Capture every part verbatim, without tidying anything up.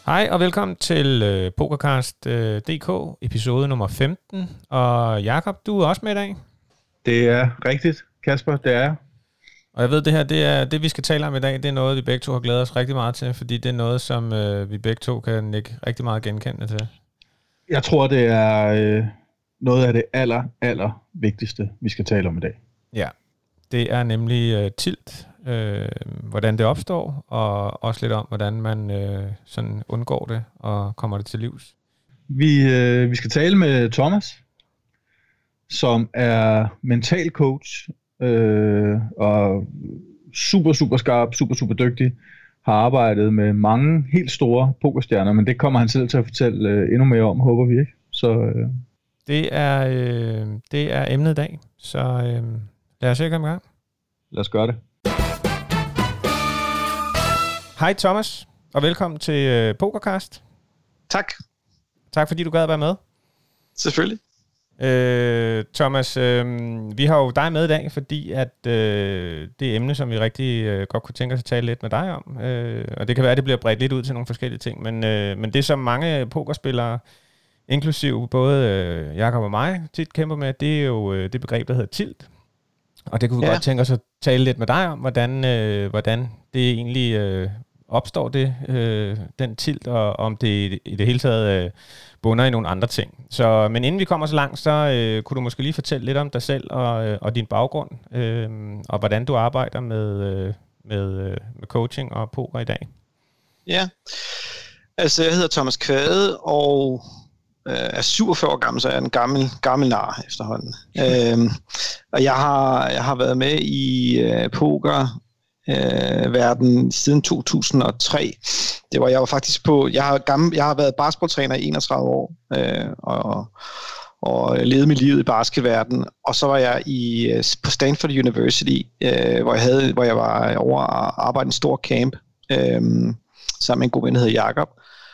Hej og velkommen til øh, Pokercast punktum d k, episode nummer femten. Og Jakob, du er også med i dag. Det er rigtigt, Kasper, det er jeg. Og jeg ved, det her, det er det, vi skal tale om i dag. Det er noget, vi begge to har glædet os rigtig meget til, fordi det er noget, som øh, vi begge to kan ikke rigtig meget genkende til. Jeg tror, det er øh, noget af det aller, aller vigtigste, vi skal tale om i dag. Ja, det er nemlig øh, tilt, øh, hvordan det opstår, og også lidt om, hvordan man øh, sådan undgår det og kommer det til livs. Vi, øh, vi skal tale med Thomas, som er mental coach, øh, og super, super skarp, super, super dygtig, har arbejdet med mange helt store pokerstjerner, men det kommer han selv til at fortælle øh, endnu mere om, håber vi, ikke? Så, øh. det, er, øh, det er emnet i dag, så øh, lad os se komme i gang. Lad os gøre det. Hej Thomas, og velkommen til øh, Pokercast. Tak. Tak fordi du gad at være med. Selvfølgelig. Øh, Thomas, øh, vi har jo dig med i dag, fordi at øh, det er emne, som vi rigtig øh, godt kunne tænke os at tale lidt med dig om. Øh, og det kan være, at det bliver bredt lidt ud til nogle forskellige ting, men, øh, men det som mange pokerspillere, inklusiv både øh, Jakob og mig, tit kæmper med, det er jo øh, det begreb, der hedder tilt. Og det kunne vi ja. godt tænke os at tale lidt med dig om, hvordan, øh, hvordan det egentlig øh, opstår, det, øh, den tilt, og om det i det hele taget øh, bunder i nogle andre ting. Så, men inden vi kommer så langt, så øh, kunne du måske lige fortælle lidt om dig selv og, øh, og din baggrund, øh, og hvordan du arbejder med, øh, med, øh, med coaching og poker i dag. Ja, altså jeg hedder Thomas Kvade, og øh, er syvogfyrre år gammel, så jeg er en gammel, gammel nar efterhånden. øhm, og jeg har, jeg har været med i øh, poker øh, verden siden to tusind og tre. Det var jeg var faktisk på. Jeg har gammel, jeg har været basketballtræner i enogtredive år øh, og og levede mit liv i basketverdenen. Og så var jeg i på Stanford University, øh, hvor jeg havde hvor jeg var over at arbejde i en stor camp øh, sammen med en god ven, der hedder Jakob.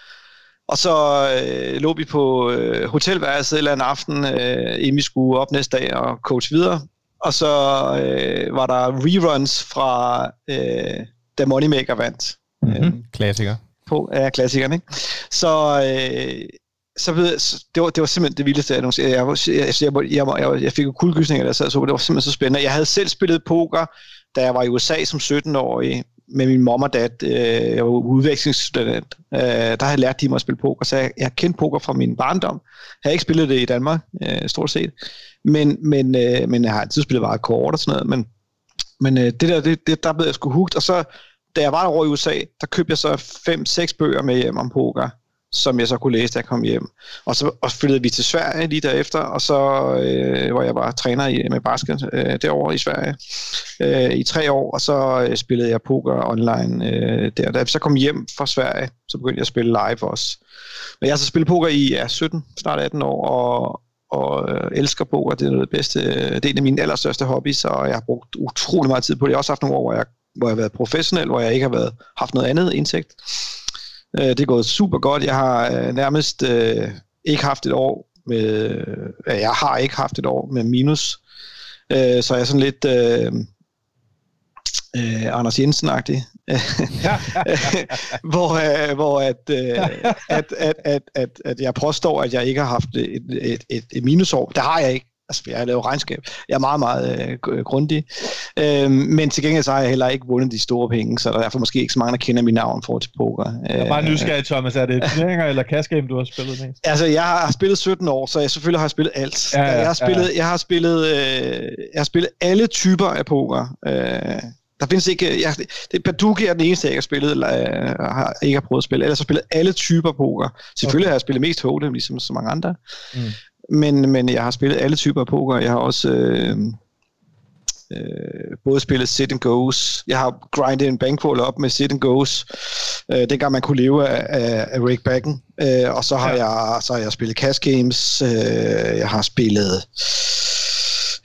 Og så øh, lå vi på øh, hotelværelset eller en aften, øh, inden vi skulle op næste dag og coach videre. Og så øh, var der reruns fra øh, Da Moneymaker vandt. Mm-hmm. Øh, Klassiker. På, ja, klassikeren, ikke? Så, øh, så ved, så det, var, det var simpelthen det vildeste, jeg nogensinde. Jeg, jeg, jeg, jeg, jeg, jeg fik jo kuldegysninger, da jeg sad så, det var simpelthen så spændende. Jeg havde selv spillet poker, da jeg var i U S A som sytten-årig, med min mom og dad. Øh, jeg var udvekslingsstudent. Øh, der havde jeg lært de mig at spille poker, så jeg, jeg har kendt poker fra min barndom. Jeg har ikke spillet det i Danmark, øh, stort set. Men, men, øh, men jeg har altid spillet bare kort og sådan noget. Men, men øh, det der, det, det, der blev jeg sgu hugt. Og så, da jeg var over i U S A, der købte jeg så fem, seks bøger med hjem om poker, som jeg så kunne læse, da jeg kom hjem. Og så og flyttede vi til Sverige lige derefter, og så øh, hvor jeg var træner i, med basket øh, derovre i Sverige øh, i tre år, og så øh, spillede jeg poker online øh, der. Da jeg så kom hjem fra Sverige, så begyndte jeg at spille live også. Men jeg har så spillet poker i ja, sytten, snart atten år, og, og øh, elsker poker. Det er noget af det bedste. Det er en af mine allerstørste hobbies, og jeg har brugt utrolig meget tid på det. Jeg har også haft nogle år, hvor jeg, hvor jeg har været professionel, hvor jeg ikke har været, haft noget andet indtægt. Det er gået super godt. Jeg har øh, nærmest øh, ikke haft et år med... Øh, jeg har ikke haft et år med minus. Øh, så jeg er sådan lidt øh, øh, Anders Jensen-agtig. hvor øh, hvor at, øh, at, at, at, at, at jeg påstår, at jeg ikke har haft et, et, et, et minusår. Det har jeg ikke. Altså, jeg har lavet regnskab. Jeg er meget, meget øh, grundig. Øh, men til gengæld så har jeg heller ikke vundet de store penge, så der er derfor måske ikke så mange, der kender mit navn for til poker. Jeg er bare nysgerrig, Thomas. Er det turneringer eller cash game, du har spillet med? Altså, jeg har spillet sytten år, så jeg selvfølgelig har spillet alt. Ja, ja, jeg har spillet, ja. jeg har spillet, øh, jeg har spillet alle typer af poker. Øh, der findes ikke... Jeg, det, Badugi er den eneste, jeg har spillet, eller øh, har, ikke har prøvet at spille. Ellers har jeg spillet alle typer poker. Selvfølgelig okay. har jeg spillet mest Hold'em, ligesom så mange andre. Mm. Men, men jeg har spillet alle typer af poker. Jeg har også øh, øh, både spillet sit and goes. Jeg har grindet en bankroll op med sit and goes, øh, dengang man kunne leve af, af, af rake backen. Øh, og så har, ja. jeg, så har jeg spillet cash games. Øh, jeg har spillet ja,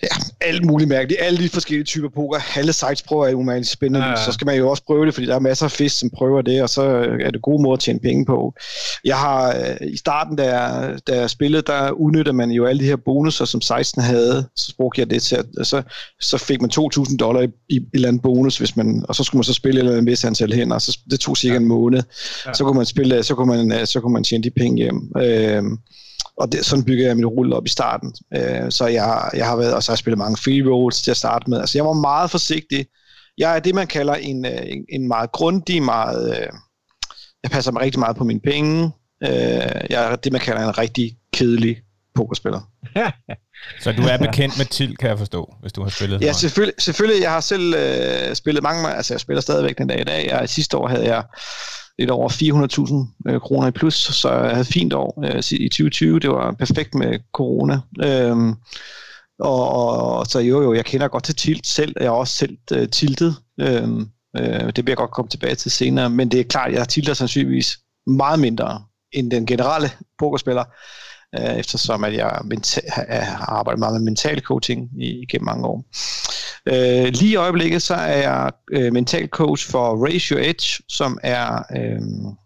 alt muligt mærkeligt. Alle de forskellige typer poker. Alle sites prøver er jo spændende. Ja, ja. Så skal man jo også prøve det, fordi der er masser af fisk, som prøver det, og så er det gode måde at tjene penge på. Jeg har i starten, da jeg, da jeg spillede, der udnytter man jo alle de her bonusser, som seksten havde. Så brugte jeg det til, at så, så fik man to tusind dollar i, i et eller andet bonus, hvis man, og så skulle man så spille et eller andet vis antal hænder. Så det tog cirka en måned. Ja. Så kunne man spille, så kunne man, så kunne man tjene de penge hjem. Øh, Og det, sådan bygger jeg mit rulle op i starten. Øh, så jeg, jeg har været, og så har jeg spillet mange free rolls til at starte med. Altså jeg var meget forsigtig. Jeg er det, man kalder en, en, en meget grundig, meget... Øh, jeg passer mig rigtig meget på mine penge. Øh, jeg er det, man kalder en rigtig kedelig pokerspiller. Så du er bekendt med Tilt, kan jeg forstå, hvis du har spillet? Ja, selvfølgelig. selvfølgelig. Jeg har selv øh, spillet mange... Altså jeg spiller stadigvæk den dag i dag. Jeg, sidste år havde jeg... lidt over fire hundrede tusind øh, kroner i plus, så jeg havde et fint år øh, i tyve tyve. Det var perfekt med corona. Øhm, og, og så jo, jo, jeg kender godt til Tilt selv. Jeg har også selv øh, tiltet. Øhm, øh, det vil jeg godt komme tilbage til senere. Men det er klart, jeg tilter sandsynligvis meget mindre end den generelle pokerspiller, øh, eftersom at jeg menta- har arbejdet meget med mental coaching igennem mange år. Øh, lige i øjeblikket, så er jeg øh, mental coach for Ratio Edge, som er øh,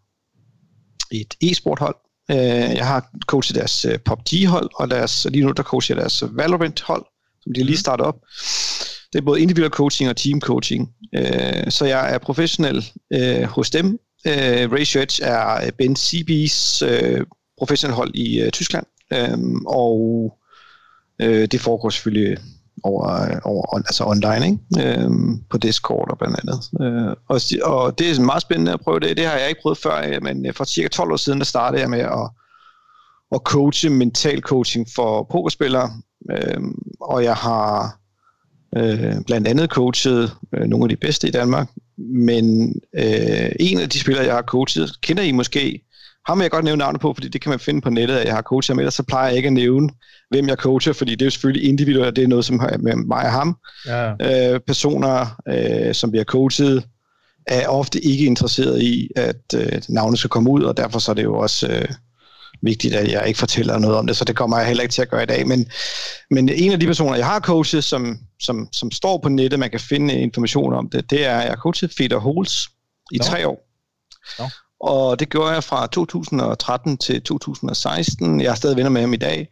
et e-sporthold. Øh, jeg har coachet deres øh, P U B G-hold, og deres, lige nu der coacher jeg deres Valorant-hold, som de lige startet op. Det er både individual coaching og team coaching. Øh, så jeg er professionel øh, hos dem. Øh, Ratio Edge er Ben Seebees øh, professionelle hold i øh, Tyskland, øh, og øh, det foregår selvfølgelig over, over altså online, ikke? Øhm, på Discord og blandt andet. Øh, og, og det er meget spændende at prøve det. Det har jeg ikke prøvet før, men for cirka tolv år siden, der startede jeg med at, at coache mental coaching for pokerspillere. Øhm, og jeg har øh, blandt andet coachet øh, nogle af de bedste i Danmark. Men øh, en af de spillere, jeg har coachet, kender I måske. Ham vil jeg godt nævne navnet på, fordi det kan man finde på nettet, at jeg har coachet med, ellers så plejer jeg ikke at nævne, hvem jeg coacher, fordi det er jo selvfølgelig individuelt, og det er noget, som har med mig og ham. Ja. Øh, personer, øh, som bliver coachet, er ofte ikke interesseret i, at øh, navnet skal komme ud, og derfor så er det jo også øh, vigtigt, at jeg ikke fortæller noget om det, så det kommer jeg heller ikke til at gøre i dag. Men, men en af de personer, jeg har coachet, som, som, som står på nettet, man kan finde information om det, det er, jeg har coachet Fedor Holz i no. tre år. No. Og det gjorde jeg fra to tusind og tretten til to tusind og seksten. Jeg er stadig venner med ham i dag.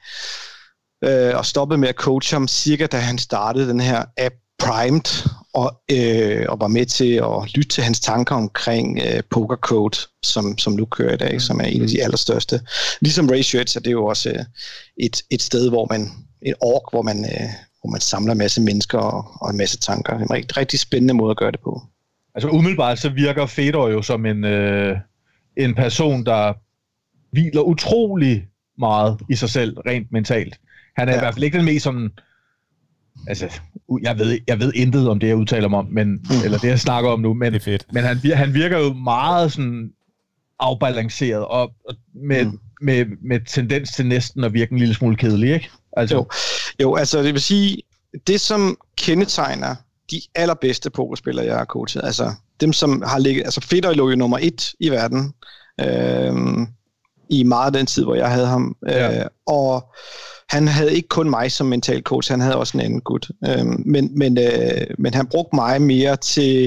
Øh, og stoppede med at coache ham cirka, da han startede den her app Primed, og, øh, og var med til at lytte til hans tanker omkring øh, PokerCode, som, som nu kører i dag, mm. som er en af de allerstørste. Ligesom Ratio Edge, så det er jo også øh, et, et sted, hvor man, et org, hvor man, øh, hvor man samler en masse mennesker og, og en masse tanker. Det er en rigtig, rigtig spændende måde at gøre det på. Altså umiddelbart så virker Fedor jo som en... Øh en person, der hviler utrolig meget i sig selv, rent mentalt. Han er ja. i hvert fald ikke den mest sådan... Altså, jeg ved, jeg ved intet om det, jeg udtaler mig om, men, mm. eller det, jeg snakker om nu, men, men han, han virker jo meget sådan afbalanceret, og, og med, mm. med, med tendens til næsten at virke en lille smule kedelig, ikke? Altså. Jo. jo, altså det vil sige, det som kendetegner de allerbedste pokerspillere, jeg har coachet, altså dem, som har ligget, altså Fedor lå jo nummer et i verden, øh, i meget af den tid, hvor jeg havde ham, ja. øh, og han havde ikke kun mig som mental coach, han havde også en anden gut, øh, men, men, øh, men han brugte mig mere til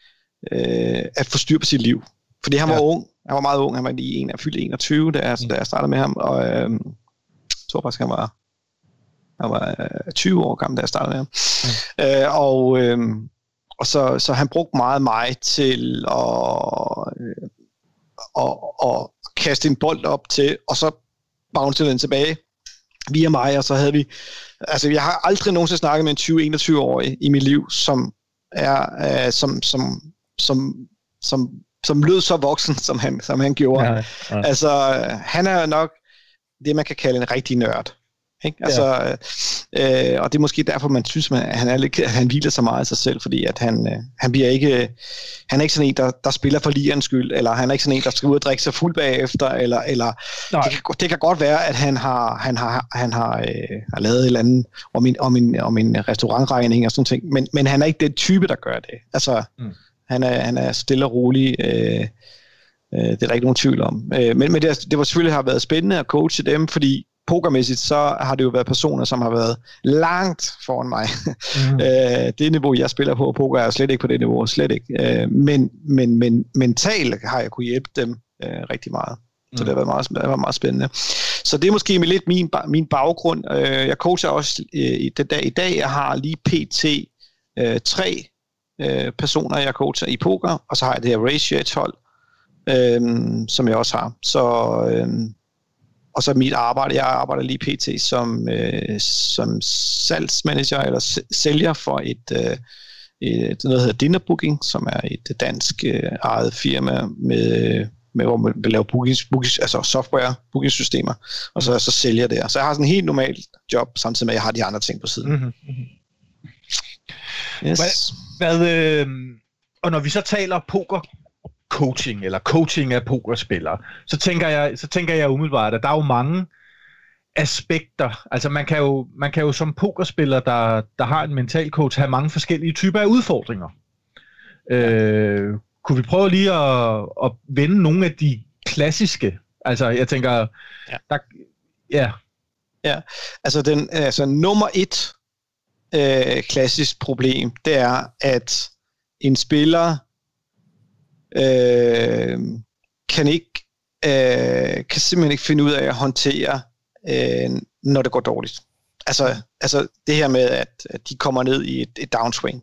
øh, at få styr på sit liv, fordi han var ja. ung, han var meget ung, han var lige en, fyldt enogtyve, da jeg, mm. da jeg startede med ham, og øh, jeg tror faktisk, han var han var tyve år gammel, da jeg startede med ham, mm. øh, og øh, Og så, så han brugte meget mig til at, øh, at, at kaste en bold op til, og så bounce den tilbage via mig, og så havde vi... Altså, jeg har aldrig nogensinde snakket med en tyve til enogtyve-årig i mit liv, som er øh, som, som, som, som, som lød så voksen, som han, som han gjorde. Ja, ja. Altså, han er nok det, man kan kalde en rigtig nørd. Ikke? Altså, ja. øh, og det er måske derfor, man synes, at han, er lidt, at han hviler så meget af sig selv, fordi at han, øh, han bliver ikke, han er ikke sådan en, der, der spiller for lierens skyld, eller han er ikke sådan en, der skal ud og drikke sig fuld bagefter, eller, eller det, kan, det kan godt være, at han har, han har, han har, øh, har lavet et eller andet om en, om en, om en restaurantregning og sådan ting, men, men han er ikke den type, der gør det. Altså, mm. han, er, han er stille og rolig, øh, øh, det er der ikke nogen tvivl om. Øh, men men det, det var selvfølgelig har været spændende at coache dem, fordi pokermæssigt, så har det jo været personer, som har været langt foran mig. Mm. øh, det niveau, jeg spiller på, poker er jo slet ikke på det niveau, slet ikke. Øh, men, men, men mentalt har jeg kunne hjælpe dem øh, rigtig meget. Så mm. det har været meget, det har været meget spændende. Så det er måske med lidt min, min baggrund. Øh, jeg coacher også øh, i, dag, i dag. Jeg har lige pt. Øh, tre øh, personer, jeg coacher i poker, og så har jeg det her Ratio-hold, øh, som jeg også har. Så... Øh, Og så mit arbejde, jeg arbejder lige pt. som, øh, som salgsmanager eller sælger for et, øh, et noget, der hedder Dinner Booking, som er et dansk øh, ejet firma, med, med, hvor man laver bookings, bookings, altså software bookingsystemer, og så, så sælger det. Så jeg har sådan en helt normal job, samtidig med, at jeg har de andre ting på siden. Mm-hmm. Yes. Hvad, hvad, øh, og når vi så taler poker, coaching, eller coaching af pokerspillere, så tænker jeg, så tænker jeg umiddelbart, at der er jo mange aspekter. Altså man kan jo, man kan jo som pokerspiller, der, der har en mental coach, have mange forskellige typer af udfordringer. Øh, kunne vi prøve lige at, at vende nogle af de klassiske? Altså jeg tænker, ja. Der, ja. Ja, altså, den, altså nummer et øh, klassisk problem, det er, at en spiller Øh, kan ikke øh, kan simpelthen ikke finde ud af at håndtere, øh, når det går dårligt. Altså, altså det her med, at, at de kommer ned i et, et downswing.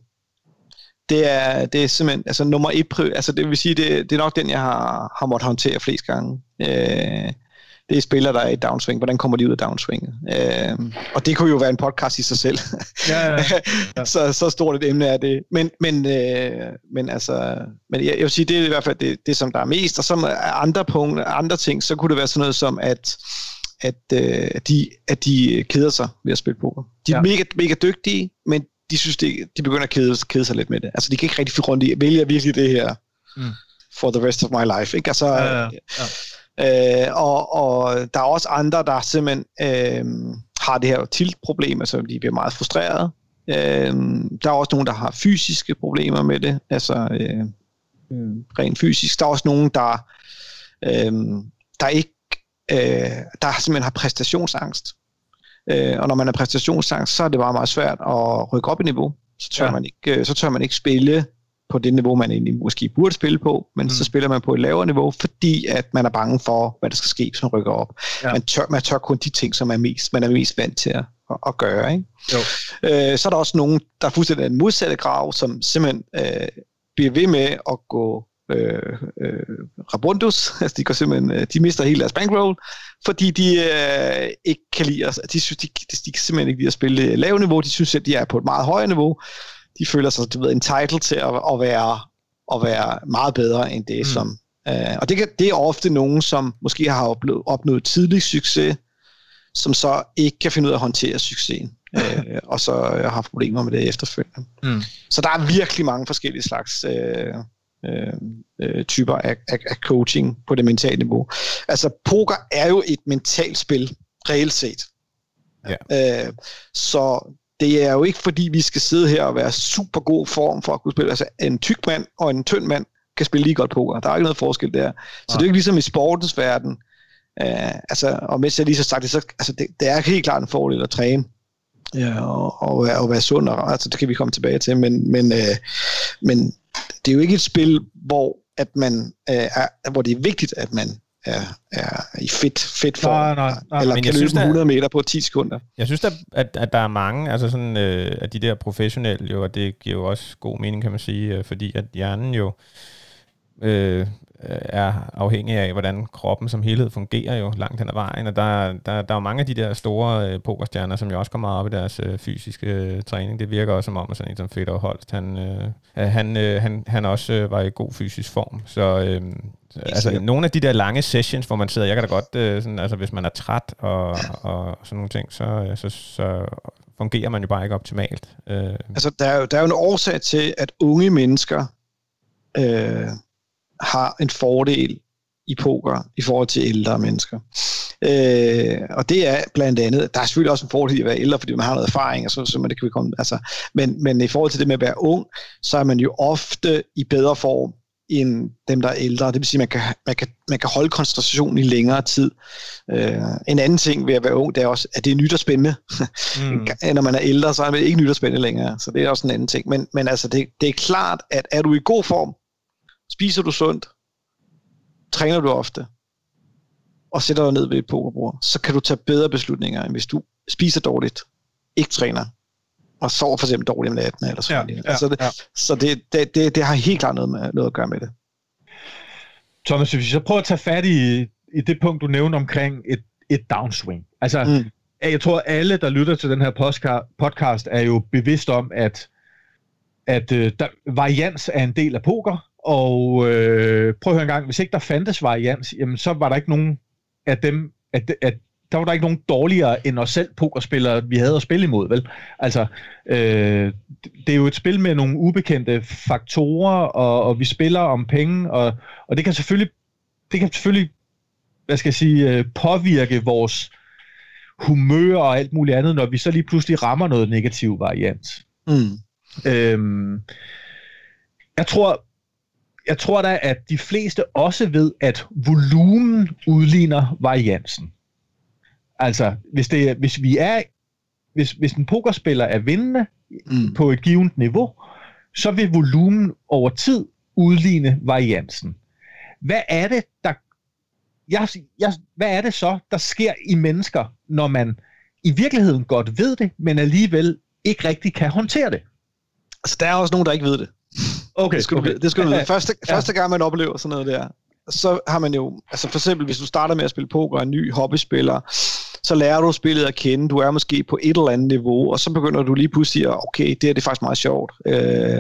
Det er, det er simpelthen altså nummer et. Altså det vil sige, det, det er nok den, jeg har, har måttet håndtere flest gange. Øh, det er spillere, der er i downswing. Hvordan kommer de ud af downswinget? Øh, og det kunne jo være en podcast i sig selv. Ja, ja, ja. så, så stort et emne er det. Men, men, øh, men, altså, men jeg, jeg vil sige, det er i hvert fald det, det som der er mest. Og så er andre punkter, andre ting, så kunne det være sådan noget som, at, at, øh, de, at de keder sig ved at spille poker. De er ja. mega, mega dygtige, men de synes, de, de begynder at kede, kede sig lidt med det. Altså, de kan ikke rigtig finde rundt i, vælger virkelig det her mm. for the rest of my life. Ikke? Altså, ja, ja, ja. Øh, og, og der er også andre, der simpelthen øh, har det her tilt-problem, altså de bliver meget frustreret. Øh, der er også nogen, der har fysiske problemer med det, altså øh, rent fysisk. Der er også nogen, der, øh, der ikke øh, der simpelthen har præstationsangst. Øh, og når man har præstationsangst, så er det bare meget svært at rykke op i niveau. Så tør, ja. man, ikke, så tør man ikke spille på det niveau, man egentlig måske burde spille på, men mm. så spiller man på et lavere niveau, fordi at man er bange for, hvad der skal ske, hvis man rykker op. Ja. Man, tør, man tør kun de ting, som er mest, man er mest vant til at, at, at gøre. Ikke? Jo. Øh, så er der også nogen, der er fuldstændig en modsatte grav, som simpelthen øh, bliver ved med at gå øh, øh, rabundus. Altså de, går simpelthen, de mister hele deres bankroll, fordi de øh, ikke kan lide os. De synes, de, de kan simpelthen ikke lide at spille lave niveau. De synes, at de er på et meget højere niveau. De føler sig, du ved, entitled til at, at, være, at være meget bedre end det, mm. som... Øh, og det, kan, det er ofte nogen, som måske har oplevet, opnået tidlig succes, som så ikke kan finde ud af at håndtere succesen, øh, og så har haft problemer med det efterfølgende. Mm. Så der er virkelig mange forskellige slags øh, øh, typer af, af, af coaching på det mentale niveau. Altså, poker er jo et mentalt spil, reelt set. Ja. Øh, så... Det er jo ikke, fordi vi skal sidde her og være super god form for at kunne spille. Altså, en tyk mand og en tynd mand kan spille lige godt poker. Der er ikke noget forskel der. Så ja. Det er ikke ligesom i sportens verden. Uh, altså, og mens jeg lige så sagt det, så altså, det, det er helt klart en fordel at træne. Ja, og, og, og være sund. Og, altså, det kan vi komme tilbage til. Men, men, uh, men det er jo ikke et spil, hvor, at man, uh, er, hvor det er vigtigt, at man er, er i fedt, fedt form, nej, nej, nej. Eller men kan løbe synes, hundrede meter på ti sekunder. Jeg synes, at, at, at der er mange altså sådan, øh, af de der professionelle, jo, og det giver jo også god mening, kan man sige, øh, fordi at hjernen jo øh, er afhængig af, hvordan kroppen som helhed fungerer jo langt hen ad vejen, og der, der, der er jo mange af de der store øh, pokerstjerner, som jo også kommer op i deres øh, fysiske øh, træning. Det virker også som om, at sådan en som Fedor Holst, han, øh, han, øh, han, han også øh, var i god fysisk form, så... Øh, Altså nogle af de der lange sessions, hvor man sidder, jeg kan da godt, øh, sådan, altså hvis man er træt og, og sådan nogle ting, så, så, så fungerer man jo bare ikke optimalt. Øh. Altså der er, jo, der er jo en årsag til, at unge mennesker øh, har en fordel i poker i forhold til ældre mennesker. Øh, og det er blandt andet, der er selvfølgelig også en fordel i at være ældre, fordi man har noget erfaring, og så, så man det kan vi komme, altså, men, men i forhold til det med at være ung, så er man jo ofte i bedre form end dem, der er ældre. Det vil sige, at man kan, man kan, man kan holde koncentrationen i længere tid. Øh, en anden ting ved at være ung, det er også, at det er nyt og spændende. Mm. Når man er ældre, så er det ikke nyt og spændende længere. Så det er også en anden ting. Men, men altså, det, det er klart, at er du i god form, spiser du sundt, træner du ofte, og sætter dig ned ved et pokerbord, så kan du tage bedre beslutninger, end hvis du spiser dårligt, ikke træner, og sover for eksempel dårligt om natten, eller sådan ja, ja, så det, ja. så det, det, det, det har helt klart noget, med, noget at gøre med det. Thomas, hvis vi så prøver at tage fat i, i det punkt, du nævnte omkring et, et downswing. Altså, mm. jeg tror, alle, der lytter til den her podcast, er jo bevidst om, at, at uh, der, varians er en del af poker, og øh, prøv at høre en gang, hvis ikke der fandtes varians, jamen så var der ikke nogen af dem, at, at der var der ikke nogen dårligere end os selv pokerspillere, vi havde at spille imod, vel? Altså, øh, det er jo et spil med nogle ubekendte faktorer, og, og vi spiller om penge, og, og det kan selvfølgelig, det kan selvfølgelig, hvad skal jeg sige, påvirke vores humør og alt muligt andet, når vi så lige pludselig rammer noget negativ variant. Mm. Øhm, jeg tror, jeg tror da, at de fleste også ved, at volumen udligner variansen. Altså, hvis, det, hvis vi er, hvis, hvis en pokerspiller er vindende mm. på et givet niveau, så vil volumen over tid udligne variansen. Hvad er det, der, jeg, jeg, hvad er det så, der sker i mennesker, når man i virkeligheden godt ved det, men alligevel ikke rigtig kan håndtere det? Altså, der er også nogen, der ikke ved det. Okay, det skal okay. du, det skal du vide. Første, ja. første gang, man oplever sådan noget der, så har man jo, altså for eksempel, hvis du starter med at spille poker, en ny hobbyspiller, så lærer du spillet at kende, du er måske på et eller andet niveau, og så begynder du lige pludselig at, okay, det her det er faktisk meget sjovt. Øh,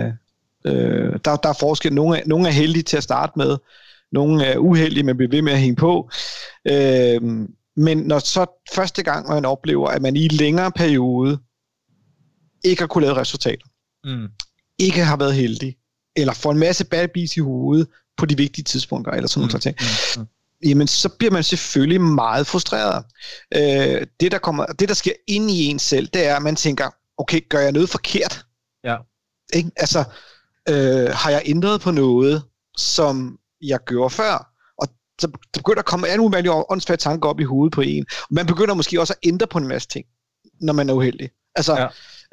øh, der, der er forskel. Nogle er, nogle er heldige til at starte med, nogle er uheldige, men bliver ved med at hænge på. Øh, men når så første gang, man oplever, at man i en længere periode ikke har kunnet lave resultater, mm. ikke har været heldig, eller får en masse bad beats i hovedet på de vigtige tidspunkter, eller sådan mm. noget ting, mm. jamen så bliver man selvfølgelig meget frustreret. Øh, det, der kommer, det, der sker inde i en selv, det er, at man tænker, okay, gør jeg noget forkert? Ja. Ikke? Altså, øh, har jeg ændret på noget, som jeg gjorde før? Og så begynder at komme alle mulige åndsfærdige tanker op i hovedet på en. Og man begynder måske også at ændre på en masse ting, når man er uheldig. Altså,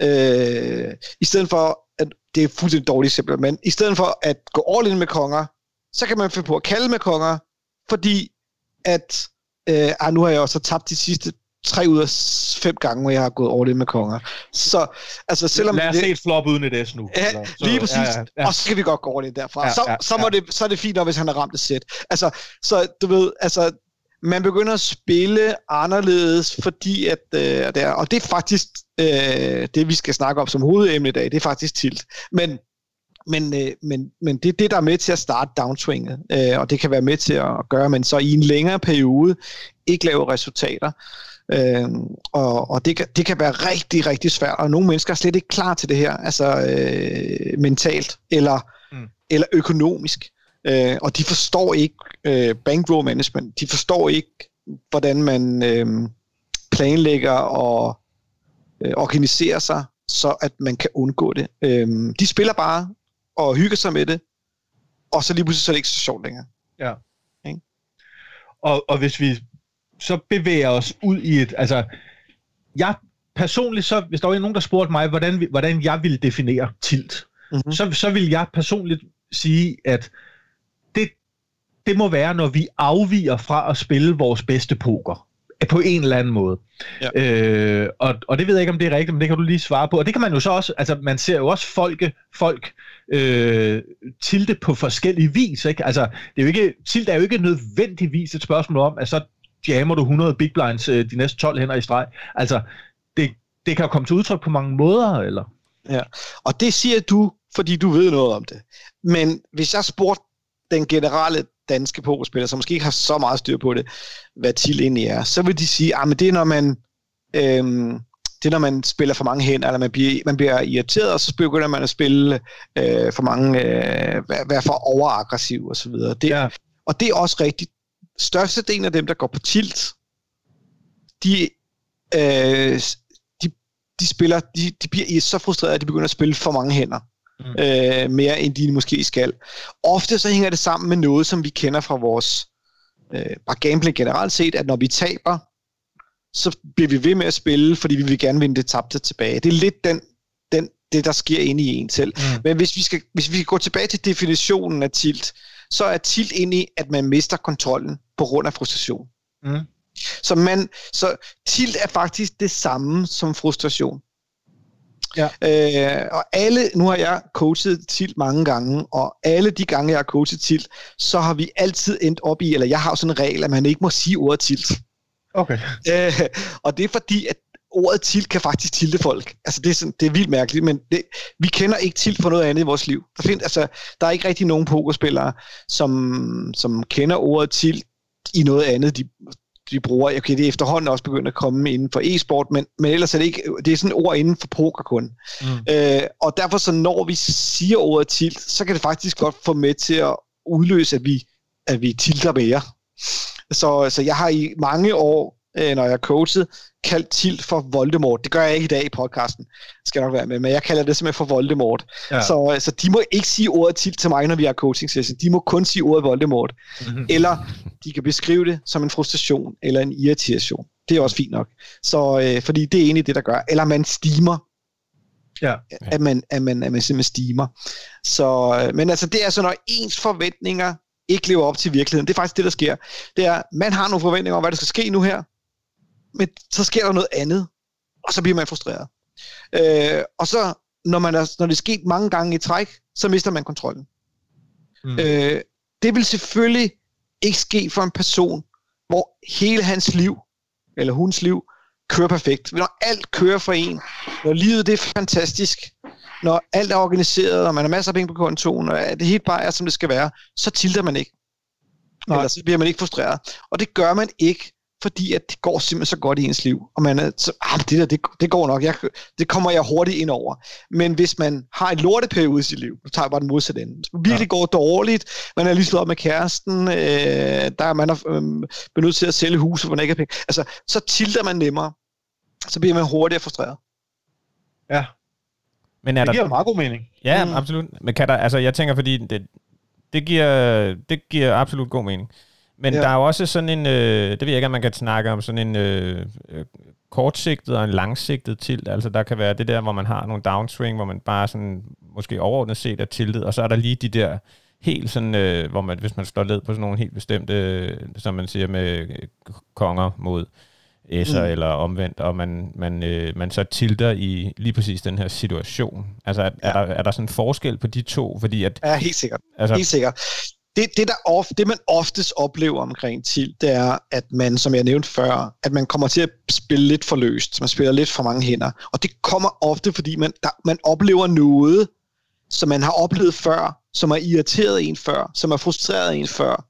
ja. øh, i stedet for, at det er fuldstændig dårligt eksempel, men i stedet for at gå all in med konger, så kan man finde på at kalde med konger, fordi at øh, ah, nu har jeg også tabt de sidste tre ud af fem gange, hvor jeg har gået all in med konger. Så altså selvom lad os se et flop uden et S nu. Ja, så, lige præcis. Ja, ja, ja. Og så skal vi godt gå all in derfra. Ja, så, ja, så, må ja. det, så er det fint nok, hvis han har ramt et sæt. Altså, så du ved, altså man begynder at spille anderledes, fordi at øh, det er, og det er faktisk øh, det, vi skal snakke om som hovedemne i dag, det er faktisk tilt. Men Men, øh, men, men det er det, der er med til at starte downswinget, øh, og det kan være med til at gøre, men så i en længere periode ikke lave resultater. Øh, og og det, kan, det kan være rigtig, rigtig svært, og nogle mennesker er slet ikke klar til det her, altså øh, mentalt eller, mm. eller økonomisk. Øh, og de forstår ikke øh, bankroll management, de forstår ikke, hvordan man øh, planlægger og øh, organiserer sig, så at man kan undgå det. Øh, de spiller bare og hygger sig med det, og så lige pludselig så er det ikke så sjovt længere. Ja. Okay. Og, og hvis vi så bevæger os ud i et, altså, jeg personligt, så hvis der var nogen, der spurgte mig, hvordan, hvordan jeg ville definere tilt, mm-hmm. så, så vil jeg personligt sige, at det, det må være, når vi afviger fra at spille vores bedste poker. På en eller anden måde. Ja. Øh, og, og det ved jeg ikke, om det er rigtigt, men det kan du lige svare på. Og det kan man jo så også, altså man ser jo også folke, folk øh, tilte på forskellige vis, ikke? Altså, det er jo ikke, tilt er jo ikke nødvendigvis et spørgsmål om, at så jammer du hundrede big blinds øh, de næste tolv hænder i streg. Altså, det, det kan jo komme til udtryk på mange måder, eller? Ja, og det siger du, fordi du ved noget om det. Men hvis jeg spurgte den generelle danske pokerspillere, som måske ikke har så meget styr på det, hvad tilt egentlig er, så vil de sige, at det er, når man øhm, det er, når man spiller for mange hænder, eller man bliver, man bliver irriteret, og så begynder man at spille øh, for mange, øh, være for overaggressiv og så videre. Det, ja. Og det er også rigtigt. Størstedelen af dem, der går på tilt, de, øh, de, de spiller, de, de bliver så frustrerede, at de begynder at spille for mange hænder. mm. øh, mere end de måske skal. Ofte så hænger det sammen med noget, som vi kender fra vores øh, bare gameplay generelt set, at når vi taber, så bliver vi ved med at spille, fordi vi vil gerne vinde det tabte tilbage. Det er lidt den, den, det, der sker inde i en selv. Mm. Men hvis vi, skal, hvis vi skal gå tilbage til definitionen af tilt, så er tilt inde i, at man mister kontrollen på grund af frustration. Mm. Så, man, så tilt er faktisk det samme som frustration. Ja. Øh, og alle, nu har jeg coachet tilt mange gange, og alle de gange, jeg har coachet tilt, så har vi altid endt op i, eller jeg har sådan en regel, at man ikke må sige ordet tilt. Okay. Øh, og det er fordi, at ordet tilt kan faktisk tilte folk. Altså det er, sådan, det er vildt mærkeligt, men det, vi kender ikke tilt for noget andet i vores liv. Der, find, altså, der er ikke rigtig nogen pokerspillere, som, som kender ordet tilt i noget andet, de, de bruger. Okay, det er efterhånden også begyndt at komme inden for e-sport, men, men ellers er det ikke, det er sådan et ord inden for poker kun. Mm. Øh, og derfor så når vi siger ordet tilt, så kan det faktisk godt få med til at udløse, at vi, at vi tilter mere. Så, så jeg har i mange år, øh, når jeg har coachet, kaldt tilt for Voldemort. Det gør jeg ikke i dag i podcasten, skal nok være med, men jeg kalder det simpelthen for Voldemort. Ja. Så, så de må ikke sige ordet tilt til mig, når vi har coaching session. De må kun sige ordet Voldemort. Mm-hmm. Eller de kan beskrive det som en frustration eller en irritation. Det er også fint nok. Så, øh, fordi det er egentlig det, der gør. Eller man steamer. Ja. At, man, at, man, at man simpelthen steamer. Så, øh, men altså, det er så, når ens forventninger ikke lever op til virkeligheden. Det er faktisk det, der sker. Det er, man har nogle forventninger om, hvad der skal ske nu her, men så sker der noget andet, og så bliver man frustreret. Øh, og så, når, man er, når det er sket mange gange i træk, så mister man kontrollen. Mm. Øh, det vil selvfølgelig ikke ske for en person, hvor hele hans liv, eller hunds liv, kører perfekt. Når alt kører for en, når livet det er fantastisk, når alt er organiseret, og man har masser af penge på kontoen, og det helt bare er, som det skal være, så tilter man ikke. Nej. Eller så bliver man ikke frustreret. Og det gør man ikke, fordi at det går simpelthen så godt i ens liv. Og man er så, ah, det der, det, det går nok. Jeg, det kommer jeg hurtigt ind over. Men hvis man har en lorteperiode i sit liv, så tager jeg bare den modsatte ende. Hvis man virkelig ja. går dårligt, man er lige slået op med kæresten, øh, der er man er øh, benødt til at sælge huset, hvor man ikke har penge. Altså, så tilter man nemmere. Så bliver man hurtigere frustreret. Ja. Men er det giver der... meget god mening. Ja, mm. absolut. Men kan der, altså jeg tænker, fordi det, det, giver, det giver absolut god mening. Men ja. der er jo også sådan en, øh, det ved jeg ikke, om man kan snakke om, sådan en øh, kortsigtet og en langsigtet tilt. Altså der kan være det der, hvor man har nogle downswing, hvor man bare sådan, måske overordnet set er tiltet, og så er der lige de der helt sådan, øh, hvor man, hvis man slår led på sådan nogle helt bestemte, øh, som man siger med øh, konger mod S'er mm. eller omvendt, og man, man, øh, man så tilter i lige præcis den her situation. Altså er, ja. er, der, er der sådan en forskel på de to? Fordi at, ja, helt sikkert. Altså, helt sikkert. Det, det, der of, det, man oftest oplever omkring tilt, det er, at man, som jeg nævnte før, at man kommer til at spille lidt for løst. Man spiller lidt for mange hænder. Og det kommer ofte, fordi man, der, man oplever noget, som man har oplevet før, som har irriteret en før, som har frustreret en før.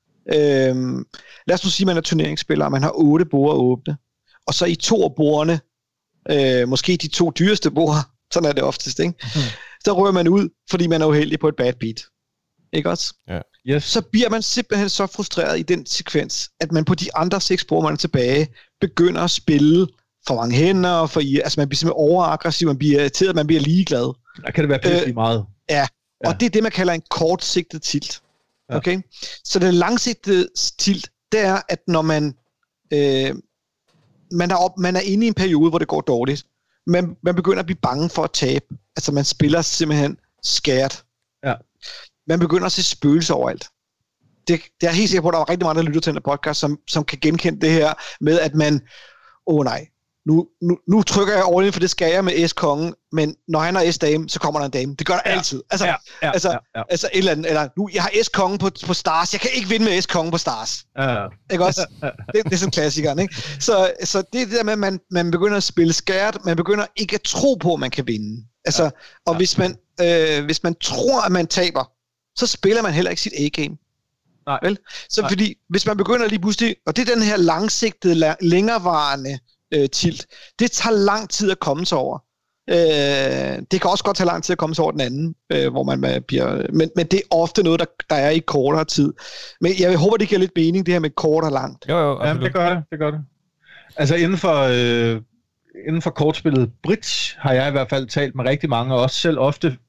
Øhm, lad os nu sige, at man er turneringsspiller, og man har otte borde åbne. Og så i to af bordene, øh, måske de to dyreste borde, sådan er det oftest, ikke? Mm. Så rører man ud, fordi man er uheldig på et bad beat. Ikke også? Ja. Yes. Så bliver man simpelthen så frustreret i den sekvens, at man på de andre seks borde, man er tilbage, begynder at spille for mange hænder, og for, altså man bliver simpelthen overaggressiv, man bliver irriteret, man bliver ligeglad. Der kan det være pisselig øh, meget. Ja, og ja. det er det, man kalder en kortsigtet tilt. Ja. Okay? Så det langsigtede tilt, det er, at når man, øh, man, er op, man er inde i en periode, hvor det går dårligt, men man begynder at blive bange for at tabe. Altså man spiller simpelthen skært. Ja. Man begynder at se spøgelser overalt. Det, det er helt sikkert på, at der er rigtig mange, der lytter til den podcast, som, som kan genkende det her med, at man, åh oh nej, nu, nu, nu trykker jeg all in, for det skal jeg med S-kongen, men når han har S-dame, så kommer der en dame. Det gør der ja. altid. Altså, ja, ja, altså, ja, ja. altså et eller andet, eller nu, jeg har S-kongen på, på Stars, jeg kan ikke vinde med S-kongen på Stars. Ja. Ikke også? Det, det er sådan klassikeren, ikke? Så, så det er det der med, at man, man begynder at spille skært, man begynder ikke at tro på, at man kan vinde. Altså, ja. og ja. Hvis, man, øh, hvis man tror, at man taber, så spiller man heller ikke sit A-game. Nej. Vel? Så Nej. Fordi, hvis man begynder lige pludselig, og det er den her langsigtede, længerevarende øh, tilt, det tager lang tid at komme sig over. Øh, det kan også godt tage lang tid at komme sig over den anden, øh, hvor man bliver, men, men det er ofte noget, der, der er i kortere tid. Men jeg håber, det giver lidt mening, det her med kort og langt. Jo, jo, ja, det gør det, det gør det. Altså inden for, øh, inden for kortspillet Bridge, har jeg i hvert fald talt med rigtig mange, og også selv ofte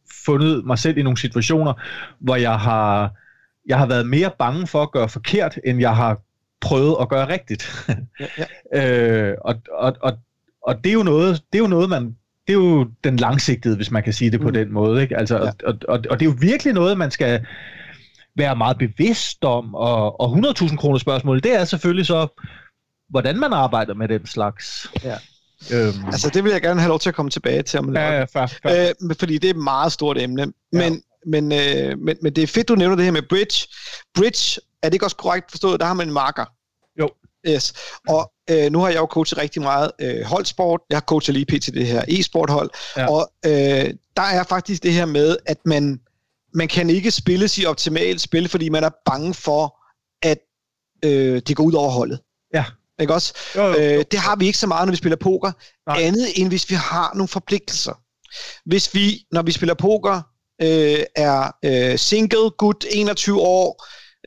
fundet mig selv i nogle situationer, hvor jeg har, jeg har været mere bange for at gøre forkert, end jeg har prøvet at gøre rigtigt. Ja, ja. øh, og, og, og, og det er jo noget, det er jo noget, man, det er jo den langsigtede, hvis man kan sige det på mm. den måde, ikke? Altså, ja. og, og, og det er jo virkelig noget, man skal være meget bevidst om, og, og hundrede tusind kroner spørgsmål, det er selvfølgelig så, hvordan man arbejder med den slags. Ja. Øhm. Altså, det vil jeg gerne have lov til at komme tilbage til. Om ja, ja, fair, fair. Øh, fordi det er et meget stort emne. Men, ja. men, øh, men, men det er fedt, du nævner det her med bridge. Bridge, er det ikke også korrekt forstået? Der har man en marker. Jo. Yes. Og øh, nu har jeg jo coachet rigtig meget øh, holdsport. Jeg har coachet lige pt. Det her e-sporthold. Ja. Og øh, der er faktisk det her med, at man, man kan ikke spille sig optimalt spil, fordi man er bange for, at øh, det går ud over holdet. Ja. Ikke også? Jo, jo, jo. Øh, det har vi ikke så meget, når vi spiller poker. Nej. Andet end hvis vi har nogle forpligtelser. Hvis vi, når vi spiller poker, øh, er øh, single, gut, enogtyve år,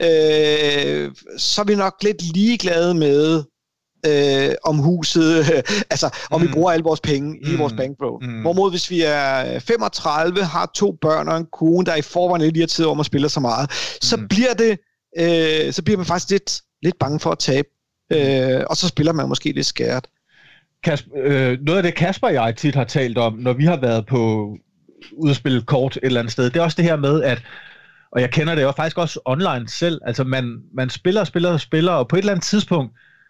øh, så er vi nok lidt ligeglade med, øh, om huset, altså om mm. vi bruger alle vores penge mm. i vores bankbro. Mm. Hvorimod hvis vi er femogtredive, har to børn og en kone, der er i forvejen lidt irriteret om at spille så meget, mm. så bliver det, øh, så bliver man faktisk lidt, lidt bange for at tabe. Øh, og så spiller man måske lidt skært. Kasper, øh, noget af det Kasper og jeg tit har talt om, når vi har været på ude at spille kort et eller andet sted, det er også det her med, at, og jeg kender det jo faktisk også online selv, altså man, man spiller og spiller og spiller, og på et eller andet tidspunkt,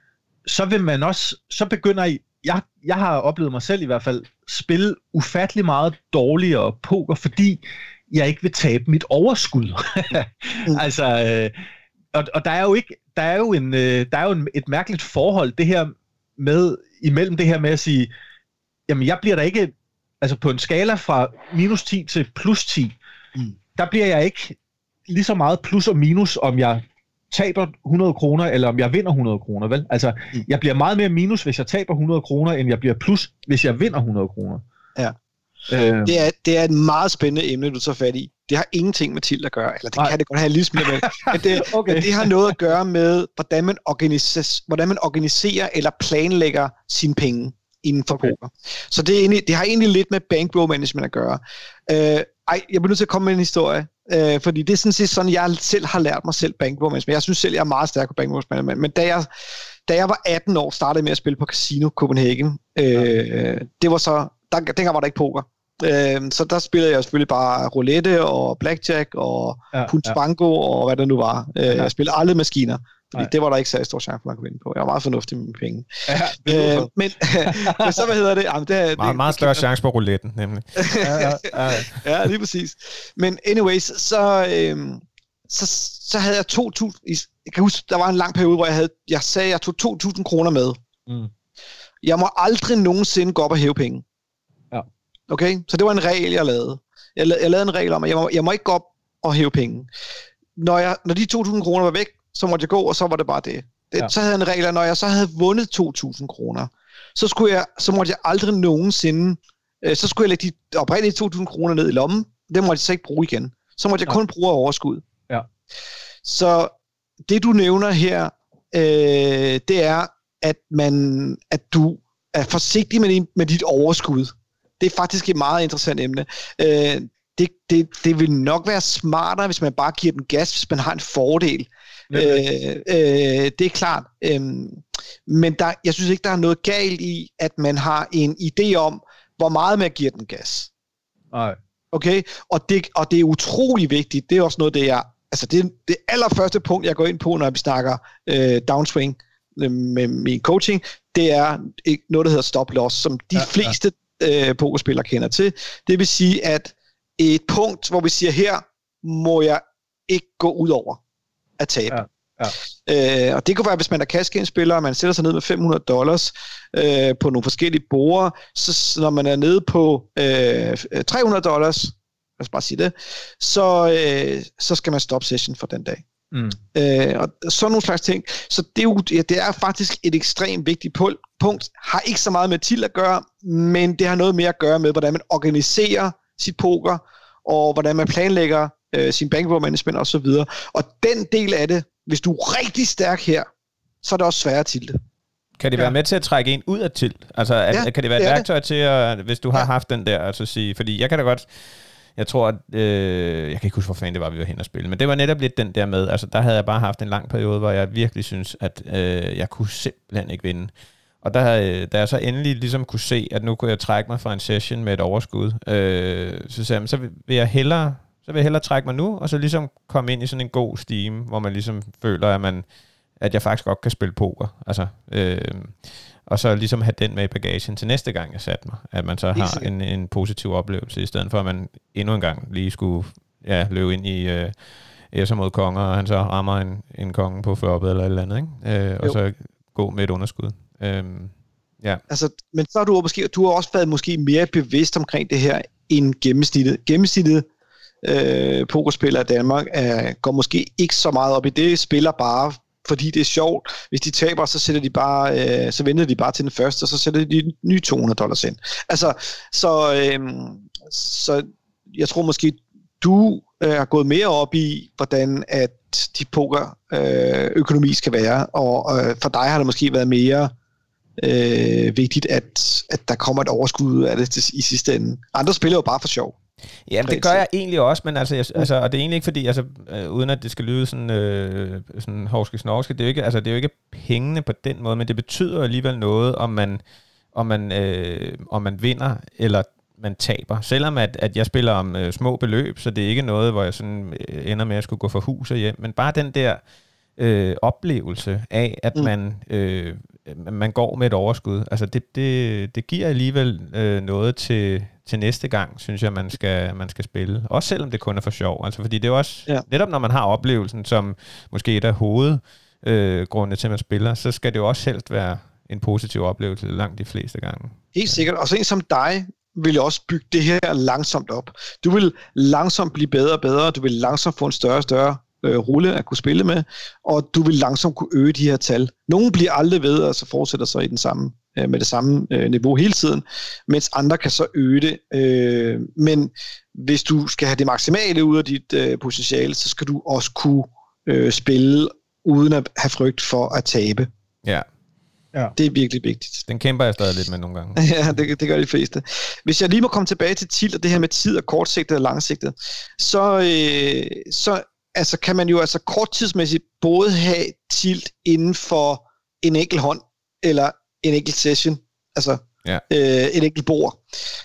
så vil man også, så begynder I, jeg, jeg har oplevet mig selv i hvert fald, spille ufattelig meget dårligere poker, fordi jeg ikke vil tabe mit overskud. mm. altså, øh, og, og der er jo ikke, der er jo en, øh, der er jo en, et mærkeligt forhold, det her med, imellem det her med at sige, jamen jeg bliver der ikke, altså på en skala fra minus ti til plus ti, mm. der bliver jeg ikke lige så meget plus og minus, om jeg taber hundrede kroner, eller om jeg vinder hundrede kroner, vel? Altså, mm. jeg bliver meget mere minus, hvis jeg taber hundrede kroner, end jeg bliver plus, hvis jeg vinder hundrede kroner. Ja. Øh. Det, er, det er et meget spændende emne, du tager fat i. Det har ingenting med til at gøre, eller det Nej. kan det godt have en lille smule med, men det, okay. men det har noget at gøre med, hvordan man, organiserer, hvordan man organiserer eller planlægger sine penge inden for okay. poker. Så det, er egentlig, det har egentlig lidt med bankroll management at gøre. Øh, ej, jeg bliver nødt til at komme med en historie, øh, fordi det er sådan set sådan, jeg selv har lært mig selv bankroll management. Jeg synes selv, jeg er meget stærk på bankroll management, men da jeg, da jeg var atten år, startede jeg med at spille på Casino Copenhagen. Øh, det var så, der, dengang var der ikke poker. Øh, så der spillede jeg selvfølgelig bare roulette og blackjack og ja, punch ja. bango og hvad det nu var. Øh, ja. Jeg spillede aldrig maskiner, fordi Nej. det var der ikke så stor chance for, man kunne vinde på. Jeg var meget fornuftig med mine penge. Ja, øh, men, men så, hvad hedder det? Jamen, det, er, meget, det meget større chance på rouletten, nemlig. ja, ja, ja. ja, lige præcis. Men anyways, så, øh, så, så havde jeg to tusind... Jeg kan huske, der var en lang periode, hvor jeg, havde, jeg sagde, at jeg tog to tusind kroner med. Mm. Jeg må aldrig nogensinde gå op og hæve penge. Okay, så det var en regel, jeg lavede. Jeg lavede, jeg lavede en regel om, at jeg må, jeg må ikke gå op og hæve penge. Når, jeg, når de to tusind kroner var væk, så måtte jeg gå, og så var det bare det. det ja. Så havde jeg en regel, at når jeg så havde vundet to tusind kroner, så, skulle jeg, så måtte jeg aldrig nogensinde, øh, så skulle jeg lægge de oprindelige to tusind kroner ned i lommen, det måtte jeg så ikke bruge igen. Så måtte jeg ja. kun bruge overskud. Ja. Så det du nævner her, øh, det er, at, man, at du er forsigtig med, din, med dit overskud. Det er faktisk et meget interessant emne. Øh, det, det, det vil nok være smartere, hvis man bare giver den gas, hvis man har en fordel. Øh, øh, det er klart. Øh, men der, jeg synes ikke, der er noget galt i, at man har en idé om, hvor meget man giver den gas. Nej. Okay? Og det, og det er utrolig vigtigt. Det er også noget, det er... Altså det, det allerførste punkt, jeg går ind på, når vi snakker øh, downswing øh, med min coaching, det er noget, der hedder stop loss, som de ja, fleste ja. øh, pokerspillere kender til. Det vil sige, at et punkt, hvor vi siger, her må jeg ikke gå ud over at tabe. Ja. Ja. Øh, og det kan være, hvis man er cash-game-spiller, og man sætter sig ned med fem hundrede dollars øh, på nogle forskellige borde, så når man er nede på øh, tre hundrede dollars, lad os bare sige det, så, øh, så skal man stoppe session for den dag. Mm. Øh, og sådan nogle slags ting. Så det er, jo, ja, det er faktisk et ekstremt vigtigt punkt. Har ikke så meget med til at gøre, men det har noget mere at gøre med, hvordan man organiserer sit poker, og hvordan man planlægger øh, sin bankroll management og så videre. Og den del af det, hvis du er rigtig stærk her, så er det også sværere til det. Kan det være ja. med til at trække en ud af til? Altså, at, ja, kan det være et værktøj det. til, at, hvis du har ja. haft den der, altså sige, fordi jeg kan da godt, jeg tror, at, øh, jeg kan ikke huske, hvor fanden det var, vi var hen og spille, men det var netop lidt den der med, altså der havde jeg bare haft en lang periode, hvor jeg virkelig synes, at øh, jeg kunne simpelthen ikke vinde. Og der, øh, da jeg så endelig ligesom kunne se, at nu kunne jeg trække mig fra en session med et overskud, øh, så sagde jeg, så vil jeg hellere, så vil jeg hellere trække mig nu, og så ligesom komme ind i sådan en god steam, hvor man ligesom føler, at man, at jeg faktisk godt kan spille poker. Altså, øh, og så ligesom have den med i bagagen til næste gang, jeg satte mig. At man så har en, en positiv oplevelse, i stedet for at man endnu en gang lige skulle ja, løbe ind i øh, Esser mod konger, og han så rammer en, en konge på floppet eller et eller andet, ikke? Øh, og så gå med et underskud. Øh, ja. Altså, men så har du måske, du har også været måske mere bevidst omkring det her end gennemsnittet. Gennemsnittet øh, pokerspillere i Danmark er, går måske ikke så meget op i det, spiller bare fordi det er sjovt. Hvis de taber, så sætter de bare, øh, så venter de bare til den første, og så sætter de nye to hundrede dollars ind. Altså, så, øh, så jeg tror måske, du øh, har gået mere op i, hvordan at de poker øh, økonomi skal være, og øh, for dig har det måske været mere øh, vigtigt, at, at der kommer et overskud af det til, i sidste ende. Andre spiller jo bare for sjov. Jamen, det gør jeg egentlig også, men altså, jeg, altså og det er egentlig ikke fordi, altså, øh, uden at det skal lyde sådan, øh, sådan hovske-snorske, det er jo ikke, altså, det er jo ikke pengene på den måde, men det betyder alligevel noget, om man, om man, øh, om man vinder, eller man taber. Selvom at, at jeg spiller om øh, små beløb, så det er ikke noget, hvor jeg sådan øh, ender med at skulle gå for hus og hjem, men bare den der øh, oplevelse af, at mm. man, øh, man går med et overskud, altså det, det, det giver alligevel øh, noget til, til næste gang, synes jeg, man skal, man skal spille. Også selvom det kun er for sjov, altså fordi det er også, ja. netop når man har oplevelsen, som måske et af hovedgrundene øh, til, at man spiller, så skal det jo også helst være en positiv oplevelse langt de fleste gange. Helt sikkert, og så en som dig, vil også bygge det her langsomt op. Du vil langsomt blive bedre og bedre, du vil langsomt få en større og større øh, rulle at kunne spille med, og du vil langsomt kunne øge de her tal. Nogle bliver aldrig ved, og så fortsætter så i den samme, øh, med det samme øh, niveau hele tiden, mens andre kan så øge det. Øh, men hvis du skal have det maksimale ud af dit øh, potentiale, så skal du også kunne øh, spille uden at have frygt for at tabe. Ja. Ja. Det er virkelig vigtigt. Den kæmper jeg stadig lidt med nogle gange. Ja, det, det gør de fleste. Hvis jeg lige må komme tilbage til tilt, og det her med tid og kortsigtet og langsigtet, så, øh, så altså, kan man jo altså korttidsmæssigt både have tilt inden for en enkelt hånd, eller en enkelt session, altså ja. øh, et enkelt bord,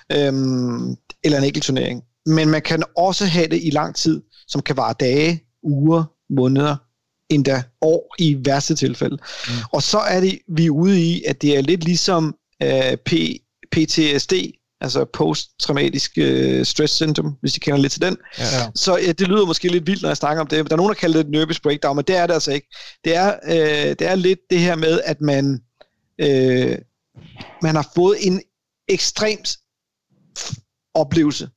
øhm, eller en enkelt turnering. Men man kan også have det i lang tid, som kan vare dage, uger, måneder, endda år i værste tilfælde. Mm. Og så er det, vi er ude i, at det er lidt ligesom øh, P, P T S D, altså post-traumatisk øh, stress syndrome, hvis I kender lidt til den. Ja. Så ja, det lyder måske lidt vildt, når jeg snakker om det. Der er nogen, der kalder det et nervous breakdown, men det er det altså ikke. Det er, øh, det er lidt det her med, at man, øh, man har fået en ekstremt oplevelse.